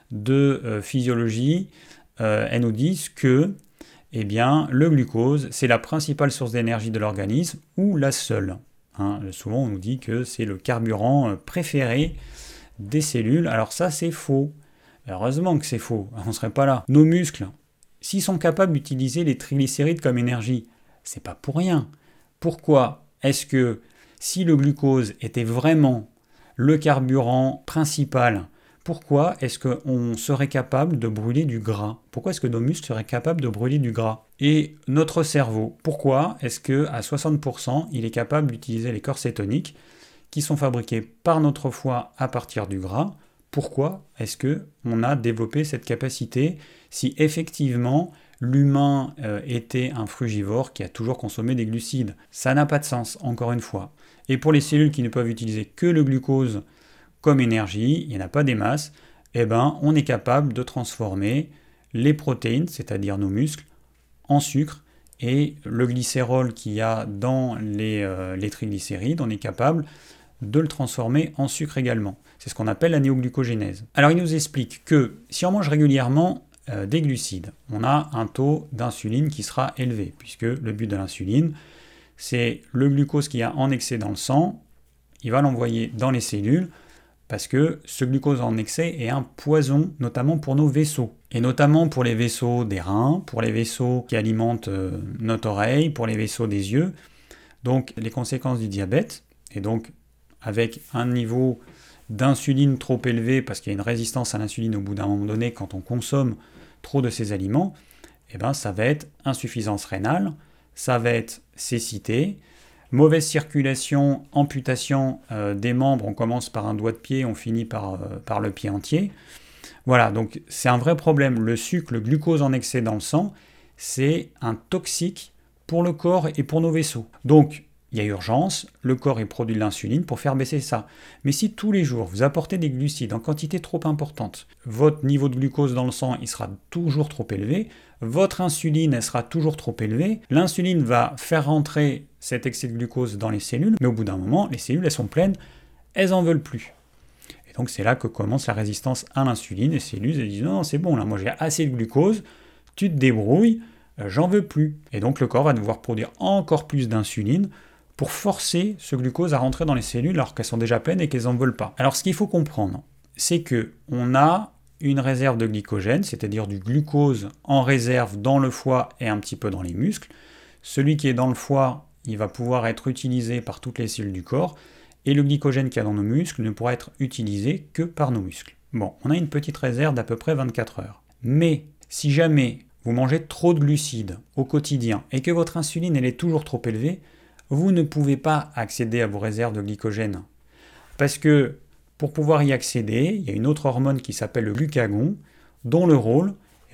de euh, physiologie. Euh, elles nous disent que eh bien, le glucose, c'est la principale source d'énergie de l'organisme, ou la seule. Hein, souvent, on nous dit que c'est le carburant préféré des cellules. Alors ça, c'est faux. Heureusement que c'est faux, on ne serait pas là. Nos muscles, s'ils sont capables d'utiliser les triglycérides comme énergie, c'est pas pour rien. Pourquoi est-ce que, si le glucose était vraiment le carburant principal, pourquoi est-ce qu'on serait capable de brûler du gras? Pourquoi est-ce que nos muscles seraient capables de brûler du gras? Et notre cerveau, pourquoi est-ce qu'à soixante pour cent, il est capable d'utiliser les corps cétoniques qui sont fabriqués par notre foie à partir du gras? Pourquoi est-ce qu'on a développé cette capacité si effectivement l'humain euh, était un frugivore qui a toujours consommé des glucides? Ça n'a pas de sens, encore une fois. Et pour les cellules qui ne peuvent utiliser que le glucose comme énergie, il n'y en a pas des masses, eh ben, on est capable de transformer les protéines, c'est-à-dire nos muscles, en sucre, et le glycérol qu'il y a dans les, euh, les triglycérides, on est capable de le transformer en sucre également. C'est ce qu'on appelle la néoglucogénèse. Alors il nous explique que si on mange régulièrement euh, des glucides, on a un taux d'insuline qui sera élevé, puisque le but de l'insuline, c'est le glucose qu'il y a en excès dans le sang, il va l'envoyer dans les cellules, parce que ce glucose en excès est un poison, notamment pour nos vaisseaux. Et notamment pour les vaisseaux des reins, pour les vaisseaux qui alimentent euh, notre oreille, pour les vaisseaux des yeux. Donc les conséquences du diabète, et donc avec un niveau d'insuline trop élevé, parce qu'il y a une résistance à l'insuline au bout d'un moment donné quand on consomme trop de ces aliments, eh ben, ça va être insuffisance rénale, ça va être cécité, mauvaise circulation, amputation euh, des membres, on commence par un doigt de pied, on finit par, euh, par le pied entier. Voilà, donc c'est un vrai problème. Le sucre, le glucose en excès dans le sang, c'est un toxique pour le corps et pour nos vaisseaux. Donc, il y a urgence, le corps il produit de l'insuline pour faire baisser ça. Mais si tous les jours vous apportez des glucides en quantité trop importante, votre niveau de glucose dans le sang il sera toujours trop élevé, votre insuline elle sera toujours trop élevée, l'insuline va faire rentrer cet excès de glucose dans les cellules, mais au bout d'un moment, les cellules elles sont pleines, elles en veulent plus. Et donc c'est là que commence la résistance à l'insuline, les cellules elles disent non, non c'est bon, là moi j'ai assez de glucose, tu te débrouilles, j'en veux plus. Et donc le corps va devoir produire encore plus d'insuline pour forcer ce glucose à rentrer dans les cellules alors qu'elles sont déjà pleines et qu'elles n'en veulent pas. Alors ce qu'il faut comprendre, c'est qu'on a une réserve de glycogène, c'est-à-dire du glucose en réserve dans le foie et un petit peu dans les muscles. Celui qui est dans le foie, il va pouvoir être utilisé par toutes les cellules du corps, et le glycogène qu'il y a dans nos muscles ne pourra être utilisé que par nos muscles. Bon, on a une petite réserve d'à peu près vingt-quatre heures. Mais si jamais vous mangez trop de glucides au quotidien et que votre insuline elle est toujours trop élevée, vous ne pouvez pas accéder à vos réserves de glycogène. Parce que pour pouvoir y accéder, il y a une autre hormone qui s'appelle le glucagon, dont le rôle,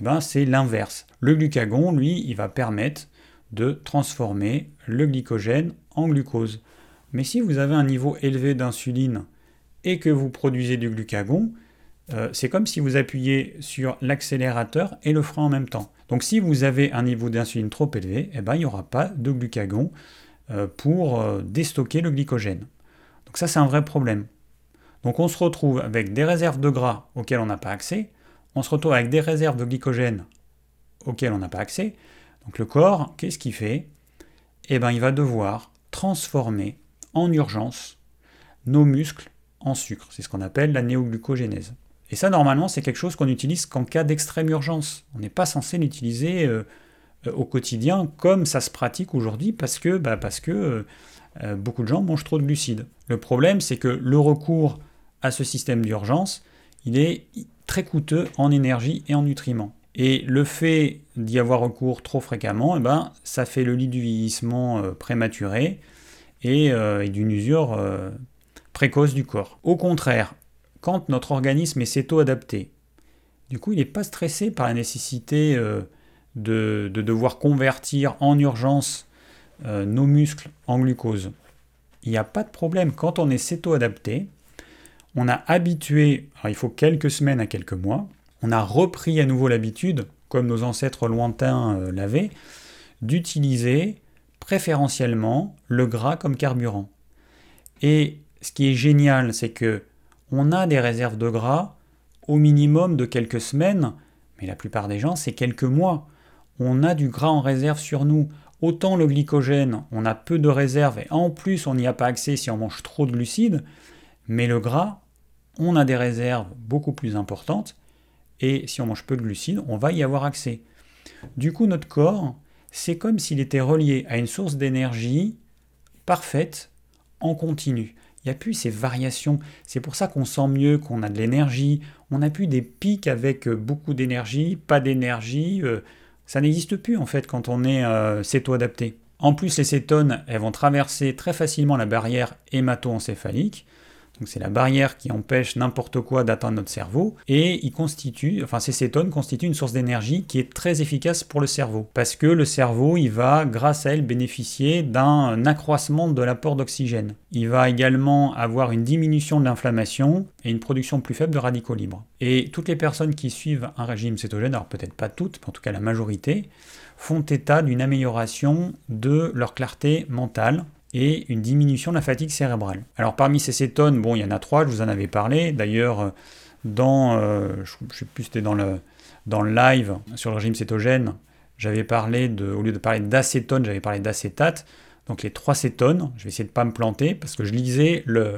Eh ben, c'est l'inverse. Le glucagon, lui, il va permettre de transformer le glycogène en glucose. Mais si vous avez un niveau élevé d'insuline et que vous produisez du glucagon, euh, c'est comme si vous appuyez sur l'accélérateur et le frein en même temps. Donc si vous avez un niveau d'insuline trop élevé, eh ben, il n'y aura pas de glucagon euh, pour euh, déstocker le glycogène. Donc ça, c'est un vrai problème. Donc on se retrouve avec des réserves de gras auxquelles on n'a pas accès, on se retrouve avec des réserves de glycogène auxquelles on n'a pas accès. Donc le corps, qu'est-ce qu'il fait ? Eh bien, il va devoir transformer en urgence nos muscles en sucre. C'est ce qu'on appelle la néoglucogénèse. Et ça, normalement, c'est quelque chose qu'on utilise qu'en cas d'extrême urgence. On n'est pas censé l'utiliser euh, au quotidien comme ça se pratique aujourd'hui parce que, bah, parce que euh, beaucoup de gens mangent trop de glucides. Le problème, c'est que le recours à ce système d'urgence, il est très coûteux en énergie et en nutriments. Et le fait d'y avoir recours trop fréquemment, eh ben, ça fait le lit du vieillissement euh, prématuré et, euh, et d'une usure euh, précoce du corps. Au contraire, quand notre organisme est céto-adapté, du coup, il n'est pas stressé par la nécessité euh, de, de devoir convertir en urgence euh, nos muscles en glucose. Il n'y a pas de problème. Quand on est céto-adapté, on a habitué, alors il faut quelques semaines à quelques mois, on a repris à nouveau l'habitude, comme nos ancêtres lointains euh, l'avaient, d'utiliser préférentiellement le gras comme carburant. Et ce qui est génial, c'est que on a des réserves de gras au minimum de quelques semaines, mais la plupart des gens, c'est quelques mois. On a du gras en réserve sur nous. Autant le glycogène, on a peu de réserves, et en plus, on n'y a pas accès si on mange trop de glucides, mais le gras, on a des réserves beaucoup plus importantes, et si on mange peu de glucides, on va y avoir accès. Du coup, notre corps, c'est comme s'il était relié à une source d'énergie parfaite, en continu. Il n'y a plus ces variations. C'est pour ça qu'on sent mieux, qu'on a de l'énergie. On n'a plus des pics avec beaucoup d'énergie, pas d'énergie. Euh, ça n'existe plus en fait quand on est euh, céto-adapté. En plus, les cétones, elles vont traverser très facilement la barrière hémato-encéphalique. Donc c'est la barrière qui empêche n'importe quoi d'atteindre notre cerveau, et ils constituent, enfin ces cétones constituent une source d'énergie qui est très efficace pour le cerveau, parce que le cerveau, il va, grâce à elle, bénéficier d'un accroissement de l'apport d'oxygène. Il va également avoir une diminution de l'inflammation et une production plus faible de radicaux libres. Et toutes les personnes qui suivent un régime cétogène, alors peut-être pas toutes, mais en tout cas la majorité, font état d'une amélioration de leur clarté mentale, et une diminution de la fatigue cérébrale. Alors parmi ces cétones, bon, il y en a trois, je vous en avais parlé. D'ailleurs, dans, euh, je ne sais plus, c'était dans le, dans le live sur le régime cétogène, j'avais parlé de, au lieu de parler d'acétone, j'avais parlé d'acétate. Donc les trois cétones, je vais essayer de ne pas me planter parce que je lisais le,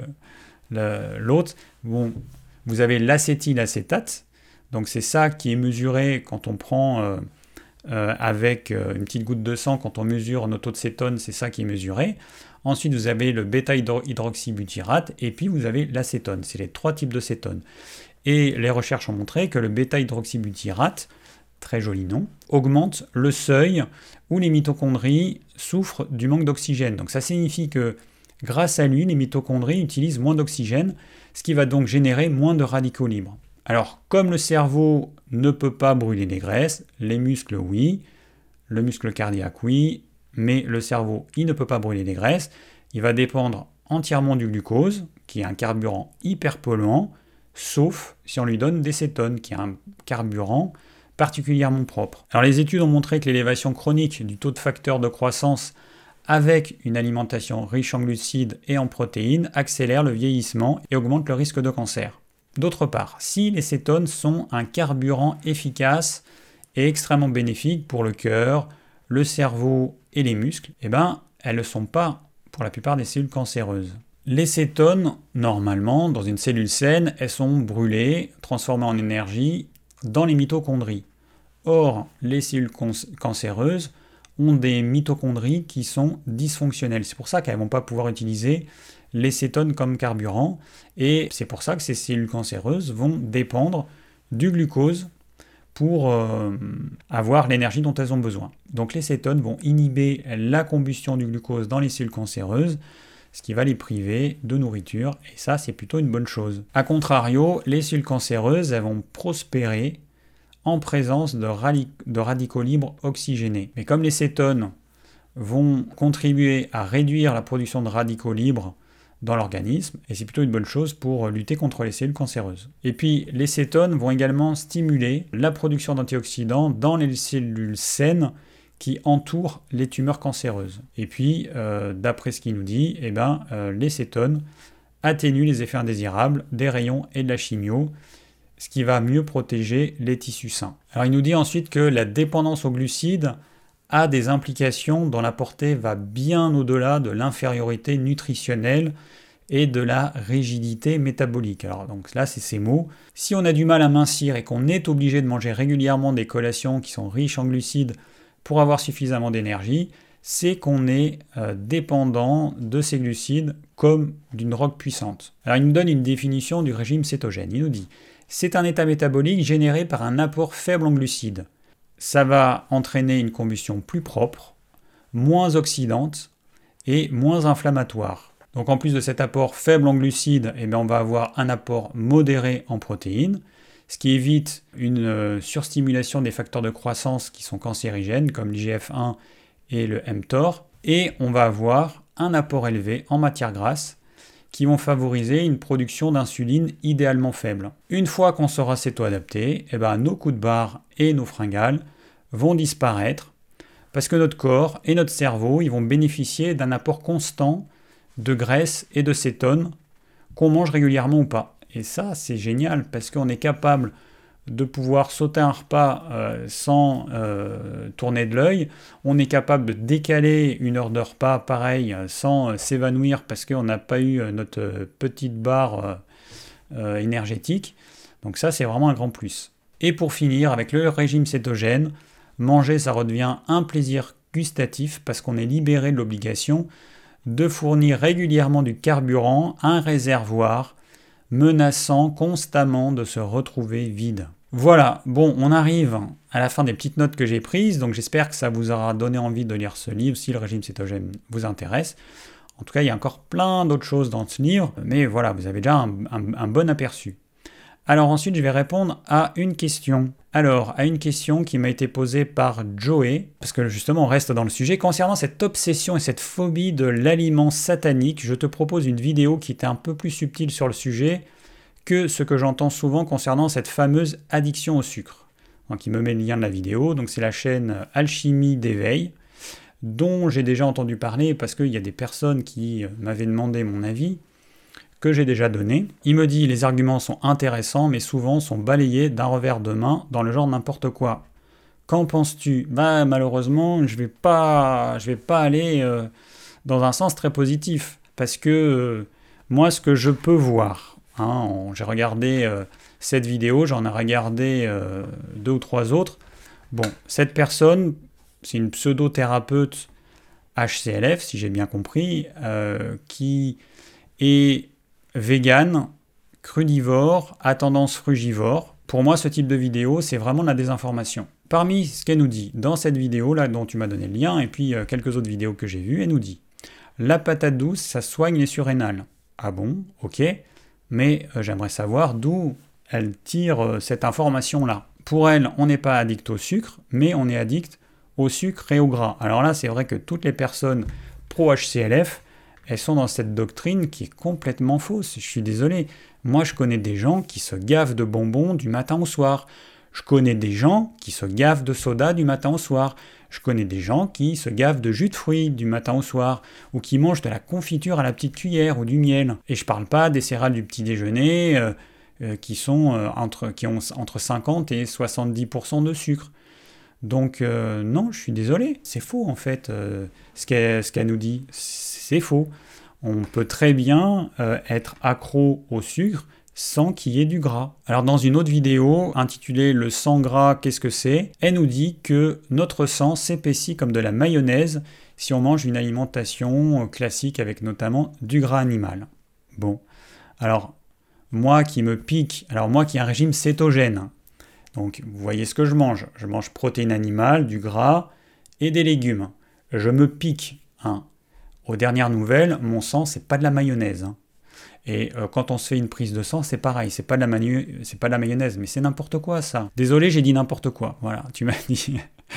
le, l'autre. Bon, vous avez l'acétylacétate, donc c'est ça qui est mesuré quand on prend euh, euh, avec euh, une petite goutte de sang, quand on mesure notre taux de cétone, c'est ça qui est mesuré. Ensuite, vous avez le bêta-hydroxybutyrate et puis vous avez l'acétone. C'est les trois types de cétone. Et les recherches ont montré que le bêta-hydroxybutyrate, très joli nom, augmente le seuil où les mitochondries souffrent du manque d'oxygène. Donc ça signifie que grâce à lui, les mitochondries utilisent moins d'oxygène, ce qui va donc générer moins de radicaux libres. Alors, comme le cerveau ne peut pas brûler les graisses, les muscles oui, le muscle cardiaque oui, mais le cerveau, il ne peut pas brûler les graisses, il va dépendre entièrement du glucose, qui est un carburant hyper polluant, sauf si on lui donne des cétones, qui est un carburant particulièrement propre. Alors les études ont montré que l'élévation chronique du taux de facteur de croissance avec une alimentation riche en glucides et en protéines accélère le vieillissement et augmente le risque de cancer. D'autre part, si les cétones sont un carburant efficace et extrêmement bénéfique pour le cœur, le cerveau et les muscles, eh ben, elles ne le sont pas pour la plupart des cellules cancéreuses. Les cétones, normalement, dans une cellule saine, elles sont brûlées, transformées en énergie dans les mitochondries. Or, les cellules cancéreuses ont des mitochondries qui sont dysfonctionnelles. C'est pour ça qu'elles ne vont pas pouvoir utiliser les cétones comme carburant, et c'est pour ça que ces cellules cancéreuses vont dépendre du glucose pour euh, avoir l'énergie dont elles ont besoin. Donc les cétones vont inhiber la combustion du glucose dans les cellules cancéreuses, ce qui va les priver de nourriture, et ça c'est plutôt une bonne chose. A contrario, les cellules cancéreuses elles vont prospérer en présence de, rali- de radicaux libres oxygénés. Mais comme les cétones vont contribuer à réduire la production de radicaux libres dans l'organisme, et c'est plutôt une bonne chose pour lutter contre les cellules cancéreuses. Et puis, les cétones vont également stimuler la production d'antioxydants dans les cellules saines qui entourent les tumeurs cancéreuses. Et puis, euh, d'après ce qu'il nous dit, eh ben, euh, les cétones atténuent les effets indésirables des rayons et de la chimio, ce qui va mieux protéger les tissus sains. Alors, il nous dit ensuite que la dépendance aux glucides a des implications dont la portée va bien au-delà de l'infériorité nutritionnelle et de la rigidité métabolique. Alors donc là, c'est ces mots. Si on a du mal à mincir et qu'on est obligé de manger régulièrement des collations qui sont riches en glucides pour avoir suffisamment d'énergie, c'est qu'on est euh, dépendant de ces glucides comme d'une drogue puissante. Alors il nous donne une définition du régime cétogène. Il nous dit « C'est un état métabolique généré par un apport faible en glucides. Ça va entraîner une combustion plus propre, moins oxydante et moins inflammatoire. Donc en plus de cet apport faible en glucides, eh bien on va avoir un apport modéré en protéines, ce qui évite une euh, surstimulation des facteurs de croissance qui sont cancérigènes, comme l'I G F un et le mTOR, et on va avoir un apport élevé en matières grasses qui vont favoriser une production d'insuline idéalement faible. Une fois qu'on sera céto-adapté, eh ben, nos coups de barre et nos fringales vont disparaître parce que notre corps et notre cerveau ils vont bénéficier d'un apport constant de graisse et de cétones qu'on mange régulièrement ou pas. Et ça, c'est génial parce qu'on est capable de pouvoir sauter un repas euh, sans euh, tourner de l'œil. On est capable de décaler une heure de repas pareil sans euh, s'évanouir parce qu'on n'a pas eu euh, notre euh, petite barre euh, euh, énergétique. Donc ça, c'est vraiment un grand plus. Et pour finir, avec le régime cétogène, manger, ça redevient un plaisir gustatif parce qu'on est libéré de l'obligation de fournir régulièrement du carburant à un réservoir menaçant constamment de se retrouver vide. Voilà, bon, on arrive à la fin des petites notes que j'ai prises, donc j'espère que ça vous aura donné envie de lire ce livre si le régime cétogène vous intéresse. En tout cas, il y a encore plein d'autres choses dans ce livre, mais voilà, vous avez déjà un, un, un bon aperçu. Alors ensuite, je vais répondre à une question. Alors, à une question qui m'a été posée par Joey, parce que justement on reste dans le sujet. Concernant cette obsession et cette phobie de l'aliment satanique, je te propose une vidéo qui était un peu plus subtile sur le sujet que ce que j'entends souvent concernant cette fameuse addiction au sucre. Donc il me met le lien de la vidéo, donc c'est la chaîne Alchimie d'éveil, dont j'ai déjà entendu parler parce qu'il y a des personnes qui m'avaient demandé mon avis, que j'ai déjà donné. Il me dit « Les arguments sont intéressants, mais souvent sont balayés d'un revers de main dans le genre n'importe quoi. Qu'en penses-tu » Bah malheureusement, je vais pas, je vais pas aller euh, dans un sens très positif, parce que euh, moi, ce que je peux voir, hein, on, j'ai regardé euh, cette vidéo, j'en ai regardé euh, deux ou trois autres. Bon, cette personne, c'est une pseudo-thérapeute H C L F, si j'ai bien compris, euh, qui est vegan, crudivore, à tendance frugivore. Pour moi, ce type de vidéo, c'est vraiment de la désinformation. Parmi ce qu'elle nous dit dans cette vidéo, là dont tu m'as donné le lien, et puis euh, quelques autres vidéos que j'ai vues, elle nous dit « La patate douce, ça soigne les surrénales. » Ah bon, ok, mais euh, j'aimerais savoir d'où elle tire euh, cette information-là. Pour elle, on n'est pas addict au sucre, mais on est addict au sucre et au gras. Alors là, c'est vrai que toutes les personnes pro-H C L F, elles sont dans cette doctrine qui est complètement fausse. Je suis désolé. Moi, je connais des gens qui se gavent de bonbons du matin au soir. Je connais des gens qui se gavent de soda du matin au soir. Je connais des gens qui se gavent de jus de fruits du matin au soir, ou qui mangent de la confiture à la petite cuillère ou du miel. Et je parle pas des céréales du petit déjeuner euh, euh, qui, sont, euh, entre, qui ont entre cinquante et soixante-dix pour cent de sucre. Donc euh, non, je suis désolé, c'est faux en fait, euh, ce, qu'elle, ce qu'elle nous dit, c'est faux. On peut très bien euh, être accro au sucre sans qu'il y ait du gras. Alors dans une autre vidéo intitulée « Le sang gras, qu'est-ce que c'est ?», elle nous dit que notre sang s'épaissit comme de la mayonnaise si on mange une alimentation classique avec notamment du gras animal. Bon, alors moi qui me pique, alors moi qui ai un régime cétogène, donc, vous voyez ce que je mange. Je mange protéines animales, du gras et des légumes. Je me pique. Hein. Aux dernières nouvelles, mon sang, c'est pas de la mayonnaise. Hein. Et euh, quand on se fait une prise de sang, c'est pareil, c'est pas de la manu... c'est pas de la mayonnaise, mais c'est n'importe quoi ça. Désolé, j'ai dit n'importe quoi. Voilà, tu m'as dit.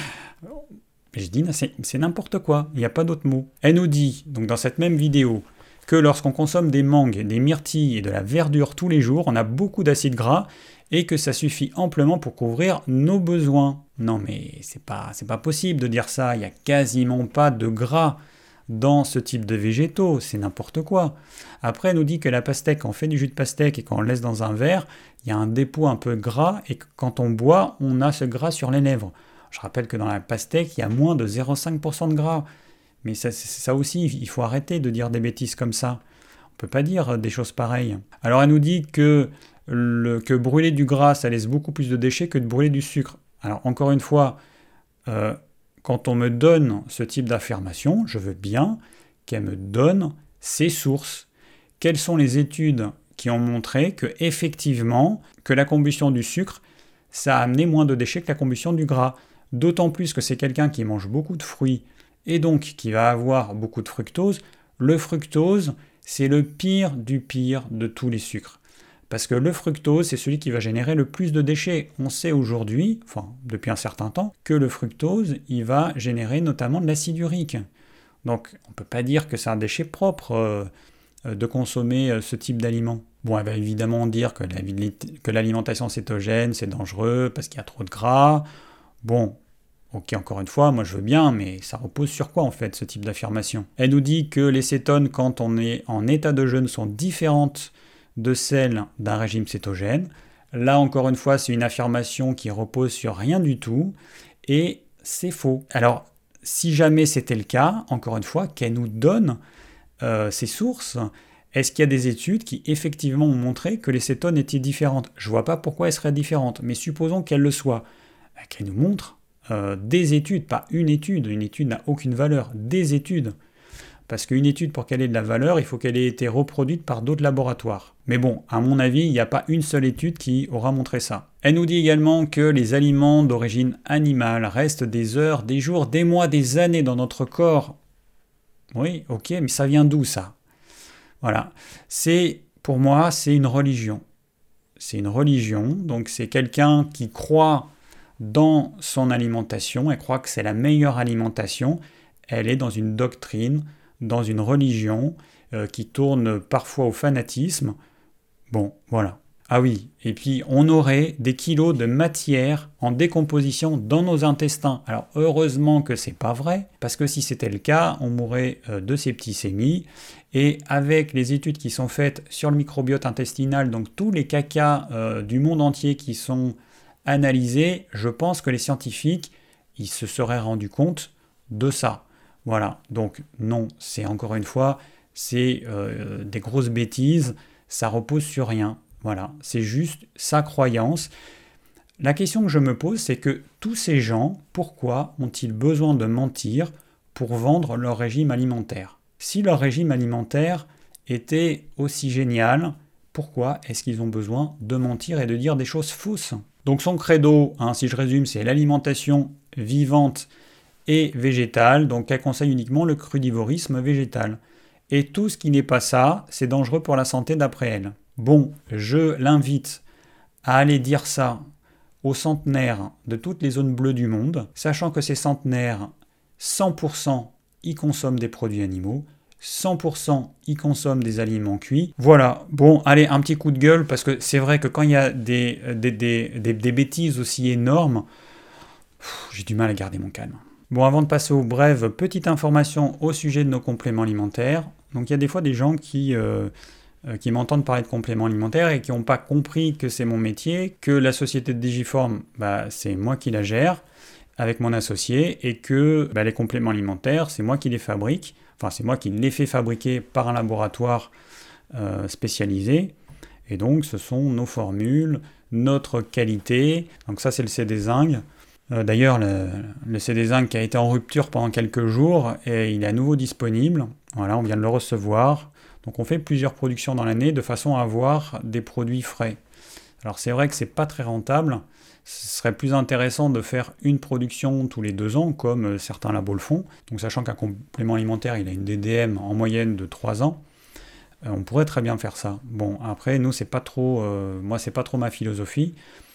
Je dis, c'est, c'est n'importe quoi, il n'y a pas d'autre mot. Elle nous dit, donc dans cette même vidéo, que lorsqu'on consomme des mangues, des myrtilles et de la verdure tous les jours, on a beaucoup d'acides gras et que ça suffit amplement pour couvrir nos besoins. Non mais c'est pas, c'est pas possible de dire ça, il n'y a quasiment pas de gras dans ce type de végétaux, c'est n'importe quoi. Après, elle nous dit que la pastèque, quand on fait du jus de pastèque et qu'on le laisse dans un verre, il y a un dépôt un peu gras et que quand on boit, on a ce gras sur les lèvres. Je rappelle que dans la pastèque, il y a moins de zéro virgule cinq pour cent de gras. Mais ça, ça aussi, il faut arrêter de dire des bêtises comme ça. On ne peut pas dire des choses pareilles. Alors elle nous dit que, le, que brûler du gras, ça laisse beaucoup plus de déchets que de brûler du sucre. Alors encore une fois, euh, quand on me donne ce type d'affirmation, je veux bien qu'elle me donne ses sources. Quelles sont les études qui ont montré que effectivement, que la combustion du sucre, ça a amené moins de déchets que la combustion du gras. D'autant plus que c'est quelqu'un qui mange beaucoup de fruits et donc qui va avoir beaucoup de fructose. Le fructose, c'est le pire du pire de tous les sucres. Parce que le fructose, c'est celui qui va générer le plus de déchets. On sait aujourd'hui, enfin depuis un certain temps, que le fructose, il va générer notamment de l'acide urique. Donc on ne peut pas dire que c'est un déchet propre euh, de consommer euh, ce type d'aliment. Bon, elle va évidemment dire que, la, que l'alimentation cétogène, c'est dangereux parce qu'il y a trop de gras. Bon, ok, encore une fois, moi je veux bien, mais ça repose sur quoi en fait, ce type d'affirmation ? Elle nous dit que les cétones, quand on est en état de jeûne, sont différentes de celles d'un régime cétogène. Là, encore une fois, c'est une affirmation qui repose sur rien du tout, et c'est faux. Alors, si jamais c'était le cas, encore une fois, qu'elle nous donne euh, ses sources. Est-ce qu'il y a des études qui effectivement ont montré que les cétones étaient différentes ? Je ne vois pas pourquoi elles seraient différentes, mais supposons qu'elles le soient. Qu'elles nous montrent euh, des études, pas une étude. Une étude n'a aucune valeur, des études. Parce qu'une étude, pour qu'elle ait de la valeur, il faut qu'elle ait été reproduite par d'autres laboratoires. Mais bon, à mon avis, il n'y a pas une seule étude qui aura montré ça. Elle nous dit également que les aliments d'origine animale restent des heures, des jours, des mois, des années dans notre corps. Oui, ok, mais ça vient d'où ça ? Voilà. C'est, pour moi, c'est une religion. C'est une religion, donc c'est quelqu'un qui croit dans son alimentation, elle croit que c'est la meilleure alimentation, elle est dans une doctrine, dans une religion euh, qui tourne parfois au fanatisme. Bon, voilà. Ah oui, et puis on aurait des kilos de matière en décomposition dans nos intestins. Alors heureusement que c'est pas vrai, parce que si c'était le cas, on mourrait euh, de septicémie. Et avec les études qui sont faites sur le microbiote intestinal, donc tous les cacas euh, du monde entier qui sont analysés, je pense que les scientifiques, ils se seraient rendus compte de ça. Voilà, donc non, c'est encore une fois, c'est euh, des grosses bêtises, ça repose sur rien. Voilà, c'est juste sa croyance. La question que je me pose, c'est que tous ces gens, pourquoi ont-ils besoin de mentir pour vendre leur régime alimentaire ? Si leur régime alimentaire était aussi génial, pourquoi est-ce qu'ils ont besoin de mentir et de dire des choses fausses ? Donc son credo, hein, si je résume, c'est l'alimentation vivante et végétale, donc elle conseille uniquement le crudivorisme végétal. Et tout ce qui n'est pas ça, c'est dangereux pour la santé d'après elle. Bon, je l'invite à aller dire ça aux centenaires de toutes les zones bleues du monde, sachant que ces centenaires, cent pour cent y consomment des produits animaux, cent pour cent y consomment des aliments cuits. Voilà, bon, allez, un petit coup de gueule, parce que c'est vrai que quand il y a des, des, des, des, des bêtises aussi énormes, pff, j'ai du mal à garder mon calme. Bon, avant de passer aux brèves, petite information au sujet de nos compléments alimentaires. Donc il y a des fois des gens qui, euh, euh, qui m'entendent parler de compléments alimentaires et qui n'ont pas compris que c'est mon métier, que la société de Digiform, bah, c'est moi qui la gère avec mon associé, et que bah, les compléments alimentaires, c'est moi qui les fabrique, enfin c'est moi qui les fais fabriquer par un laboratoire euh, spécialisé, et donc ce sont nos formules, notre qualité, donc ça c'est le C D Zinc. Euh, d'ailleurs, le, le C D Zinc a été en rupture pendant quelques jours et il est à nouveau disponible. Voilà, on vient de le recevoir. Donc on fait plusieurs productions dans l'année de façon à avoir des produits frais. Alors c'est vrai que c'est pas très rentable. Ce serait plus intéressant de faire une production tous les deux ans, comme certains labos le font. Donc sachant qu'un complément alimentaire, il a une D D M en moyenne de trois ans. Euh, on pourrait très bien faire ça. Bon, après, nous, c'est pas trop, euh, moi, c'est pas trop ma philosophie.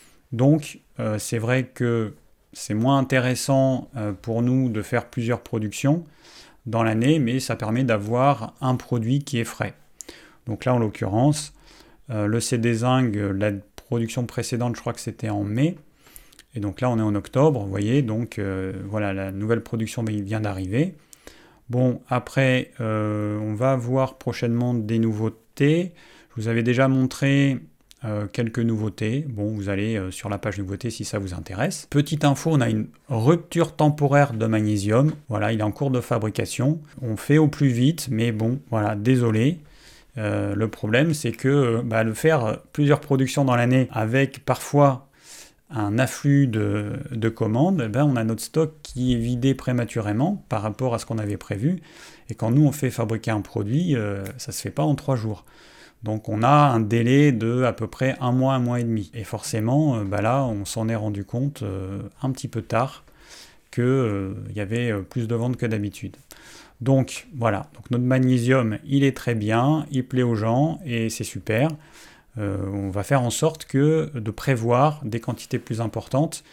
Donc, euh, c'est vrai que c'est moins intéressant euh, pour nous de faire plusieurs productions dans l'année, mais ça permet d'avoir un produit qui est frais. Donc là, en l'occurrence, euh, le C D Zinc, la production précédente, je crois que c'était en mai. Et donc là, on est en octobre, vous voyez. Donc euh, voilà, la nouvelle production vient d'arriver. Bon, après, euh, on va avoir prochainement des nouveautés. Je vous avais déjà montré euh, quelques nouveautés. Bon, vous allez euh, sur la page nouveautés si ça vous intéresse. Petite info, on a une rupture temporaire de magnésium. Voilà, il est en cours de fabrication. On fait au plus vite, mais bon, voilà, désolé. Euh, le problème, c'est que bah, le faire plusieurs productions dans l'année avec parfois un afflux de, de commandes, eh ben, on a notre stock qui est vidé prématurément par rapport à ce qu'on avait prévu. Et quand nous, on fait fabriquer un produit, euh, ça ne se fait pas en trois jours. Donc on a un délai de à peu près un mois, un mois et demi. Et forcément, euh, bah là, on s'en est rendu compte euh, un petit peu tard qu'il euh, y avait plus de ventes que d'habitude. Donc voilà, donc notre magnésium, il est très bien, il plaît aux gens et c'est super. Euh, on va faire en sorte que de prévoir des quantités plus importantes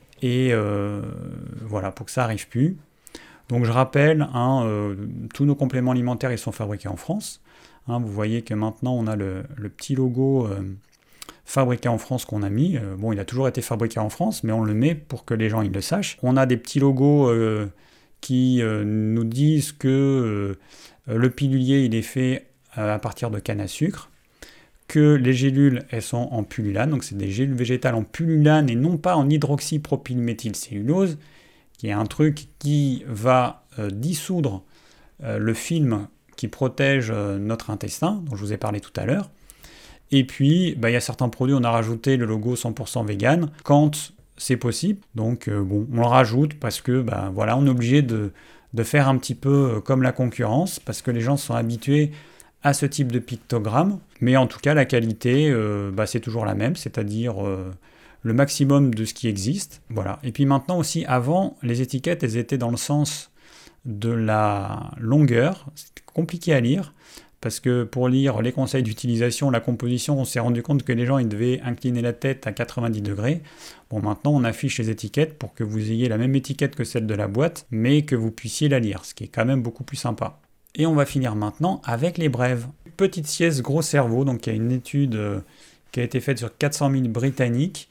et euh, voilà, pour que ça n'arrive plus. Donc je rappelle, hein, euh, tous nos compléments alimentaires, ils sont fabriqués en France. Hein, vous voyez que maintenant on a le, le petit logo euh, fabriqué en France qu'on a mis. Euh, bon, il a toujours été fabriqué en France, mais on le met pour que les gens ils le sachent. On a des petits logos euh, qui euh, nous disent que euh, le pilulier il est fait euh, à partir de canne à sucre, que les gélules elles sont en pullulane, donc c'est des gélules végétales en pullulane et non pas en hydroxypropylméthylcellulose, qui est un truc qui va euh, dissoudre euh, le film qui protège euh, notre intestin, dont je vous ai parlé tout à l'heure. Et puis, bah, il y a certains produits, on a rajouté le logo cent pour cent vegan quand c'est possible. Donc, euh, bon, on le rajoute parce que, bah, voilà, on est obligé de, de faire un petit peu euh, comme la concurrence, parce que les gens sont habitués à ce type de pictogramme. Mais en tout cas, la qualité, euh, bah, c'est toujours la même, c'est-à-dire euh, le maximum de ce qui existe. Voilà. Et puis maintenant aussi, avant, les étiquettes, elles étaient dans le sens de la longueur. C'était compliqué à lire, parce que pour lire les conseils d'utilisation, la composition, on s'est rendu compte que les gens ils devaient incliner la tête à quatre-vingt-dix degrés. Bon, maintenant on affiche les étiquettes pour que vous ayez la même étiquette que celle de la boîte, mais que vous puissiez la lire, ce qui est quand même beaucoup plus sympa. Et on va finir maintenant avec les brèves. Petite sieste, gros cerveau, donc il y a une étude euh, qui a été faite sur quatre cent mille Britanniques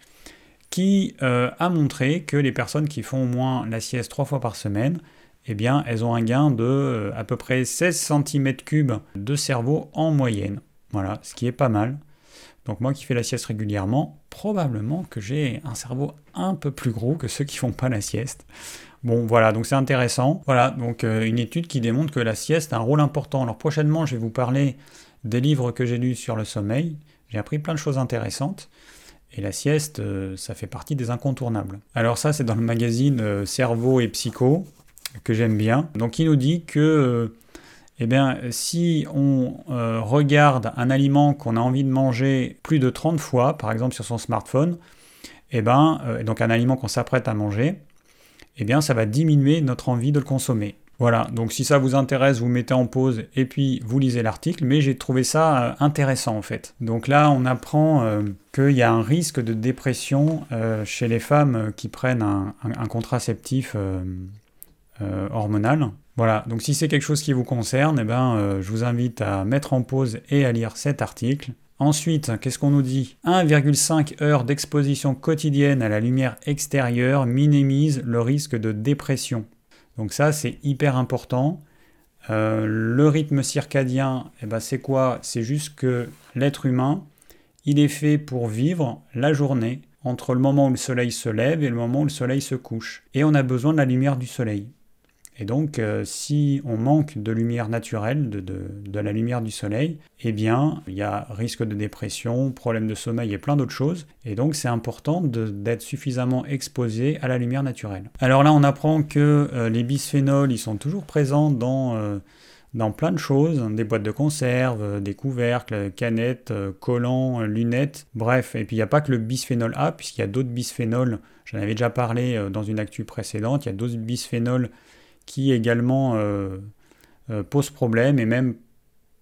qui euh, a montré que les personnes qui font au moins la sieste trois fois par semaine, eh bien, elles ont un gain de euh, à peu près seize centimètres cubes de cerveau en moyenne. Voilà, ce qui est pas mal. Donc moi qui fais la sieste régulièrement, probablement que j'ai un cerveau un peu plus gros que ceux qui font pas la sieste. Bon, voilà, donc c'est intéressant. Voilà, donc euh, une étude qui démontre que la sieste a un rôle important. Alors prochainement, je vais vous parler des livres que j'ai lus sur le sommeil. J'ai appris plein de choses intéressantes. Et la sieste, euh, ça fait partie des incontournables. Alors ça, c'est dans le magazine euh, Cerveau et Psycho, que j'aime bien. Donc il nous dit que euh, eh bien, si on euh, regarde un aliment qu'on a envie de manger plus de trente fois, par exemple sur son smartphone, eh ben, euh, donc un aliment qu'on s'apprête à manger, eh bien, ça va diminuer notre envie de le consommer. Voilà, donc si ça vous intéresse, vous mettez en pause et puis vous lisez l'article, mais j'ai trouvé ça euh, intéressant en fait. Donc là, on apprend euh, qu'il y a un risque de dépression euh, chez les femmes qui prennent un, un, un contraceptif euh, euh, hormonal. Voilà, donc si c'est quelque chose qui vous concerne, eh ben, euh, je vous invite à mettre en pause et à lire cet article. Ensuite, qu'est-ce qu'on nous dit ? un virgule cinq heures d'exposition quotidienne à la lumière extérieure minimise le risque de dépression. Donc ça, c'est hyper important. Euh, le rythme circadien, eh ben, c'est quoi ? C'est juste que l'être humain, il est fait pour vivre la journée entre le moment où le soleil se lève et le moment où le soleil se couche. Et on a besoin de la lumière du soleil. Et donc, euh, si on manque de lumière naturelle, de, de, de la lumière du soleil, eh bien, il y a risque de dépression, problème de sommeil et plein d'autres choses. Et donc, c'est important de, d'être suffisamment exposé à la lumière naturelle. Alors là, on apprend que euh, les bisphénols, ils sont toujours présents dans, euh, dans plein de choses, des boîtes de conserve, des couvercles, canettes, euh, collants, lunettes, bref. Et puis, il n'y a pas que le bisphénol A, puisqu'il y a d'autres bisphénols, j'en avais déjà parlé euh, dans une actu précédente, il y a d'autres bisphénols qui également euh, euh, pose problème et même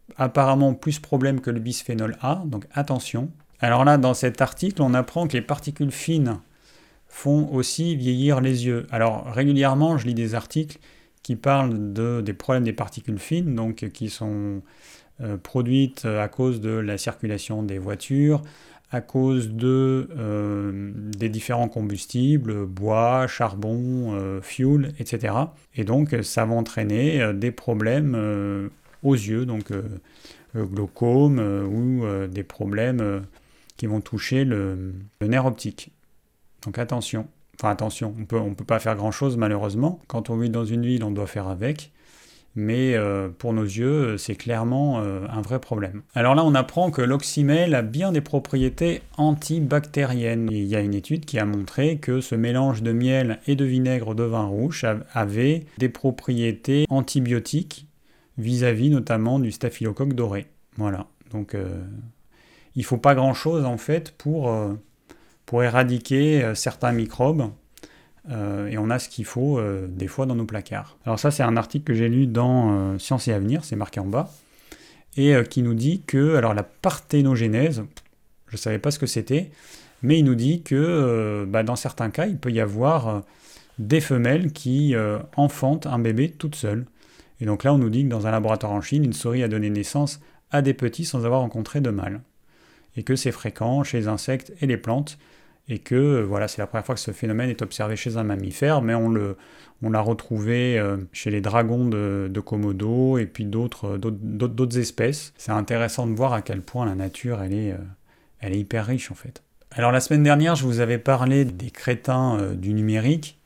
apparemment plus problème que le bisphénol A, donc attention. Alors là, dans cet article, on apprend que les particules fines font aussi vieillir les yeux. Alors régulièrement, je lis des articles qui parlent de, des problèmes des particules fines, donc qui sont euh, produites à cause de la circulation des voitures, à cause de, euh, des différents combustibles, bois, charbon, euh, fuel, et cetera. Et donc ça va entraîner euh, des problèmes euh, aux yeux, donc euh, glaucome euh, ou euh, des problèmes euh, qui vont toucher le, le nerf optique. Donc attention, enfin attention, on peut, on peut pas faire grand-chose malheureusement. Quand on vit dans une ville, on doit faire avec. Mais euh, pour nos yeux, c'est clairement euh, un vrai problème. Alors là, on apprend que l'oxymel a bien des propriétés antibactériennes. Et il y a une étude qui a montré que ce mélange de miel et de vinaigre de vin rouge avait des propriétés antibiotiques vis-à-vis notamment du staphylocoque doré. Voilà, donc euh, il ne faut pas grand-chose en fait pour, euh, pour éradiquer euh, certains microbes. Euh, et on a ce qu'il faut euh, des fois dans nos placards. Alors ça, c'est un article que j'ai lu dans euh, Science et Avenir, c'est marqué en bas, et euh, qui nous dit que, alors la parthénogénèse, je ne savais pas ce que c'était, mais il nous dit que euh, bah, dans certains cas, il peut y avoir euh, des femelles qui euh, enfantent un bébé toute seule. Et donc là, on nous dit que dans un laboratoire en Chine, une souris a donné naissance à des petits sans avoir rencontré de mâle. Et que c'est fréquent chez les insectes et les plantes, et que voilà, c'est la première fois que ce phénomène est observé chez un mammifère, mais on, le, on l'a retrouvé euh, chez les dragons de, de Komodo et puis d'autres, d'autres, d'autres espèces. C'est intéressant de voir à quel point la nature, elle est, euh, elle est hyper riche en fait. Alors la semaine dernière, je vous avais parlé des crétins euh, du numérique.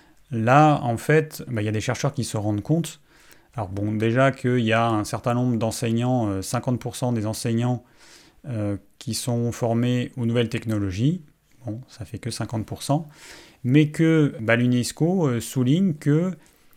Là, en fait, bah, y a des chercheurs qui se rendent compte. Alors bon, déjà qu'il y a un certain nombre d'enseignants, euh, cinquante pour cent des enseignants euh, qui sont formés aux nouvelles technologies. Bon, ça fait que cinquante pour cent, mais que bah, l'UNESCO euh, souligne que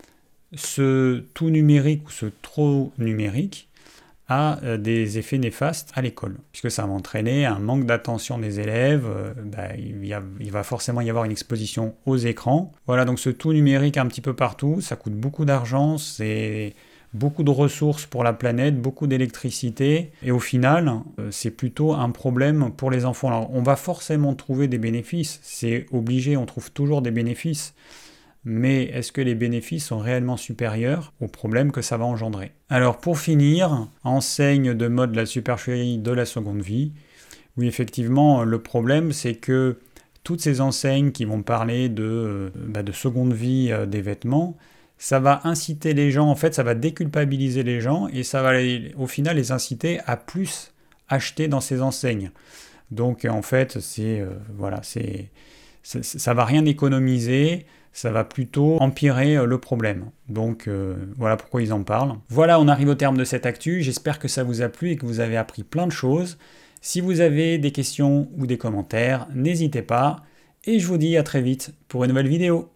ce tout numérique ou ce trop numérique a euh, des effets néfastes à l'école, puisque ça va entraîner un manque d'attention des élèves, euh, bah, il, y a, il va forcément y avoir une exposition aux écrans. Voilà, donc ce tout numérique un petit peu partout, ça coûte beaucoup d'argent, c'est beaucoup de ressources pour la planète, beaucoup d'électricité, et au final, euh, c'est plutôt un problème pour les enfants. Alors, on va forcément trouver des bénéfices, c'est obligé, on trouve toujours des bénéfices, mais est-ce que les bénéfices sont réellement supérieurs aux problèmes que ça va engendrer? Alors, pour finir, enseigne de mode la supercherie de la seconde vie. Oui, effectivement, le problème, c'est que toutes ces enseignes qui vont parler de, bah, de seconde vie euh, des vêtements, ça va inciter les gens, en fait, ça va déculpabiliser les gens et ça va les, au final les inciter à plus acheter dans ces enseignes. Donc, en fait, c'est, euh, voilà, c'est, c'est, ça va rien économiser, ça va plutôt empirer euh, le problème. Donc, euh, voilà pourquoi ils en parlent. Voilà, on arrive au terme de cette actu. J'espère que ça vous a plu et que vous avez appris plein de choses. Si vous avez des questions ou des commentaires, n'hésitez pas. Et je vous dis à très vite pour une nouvelle vidéo.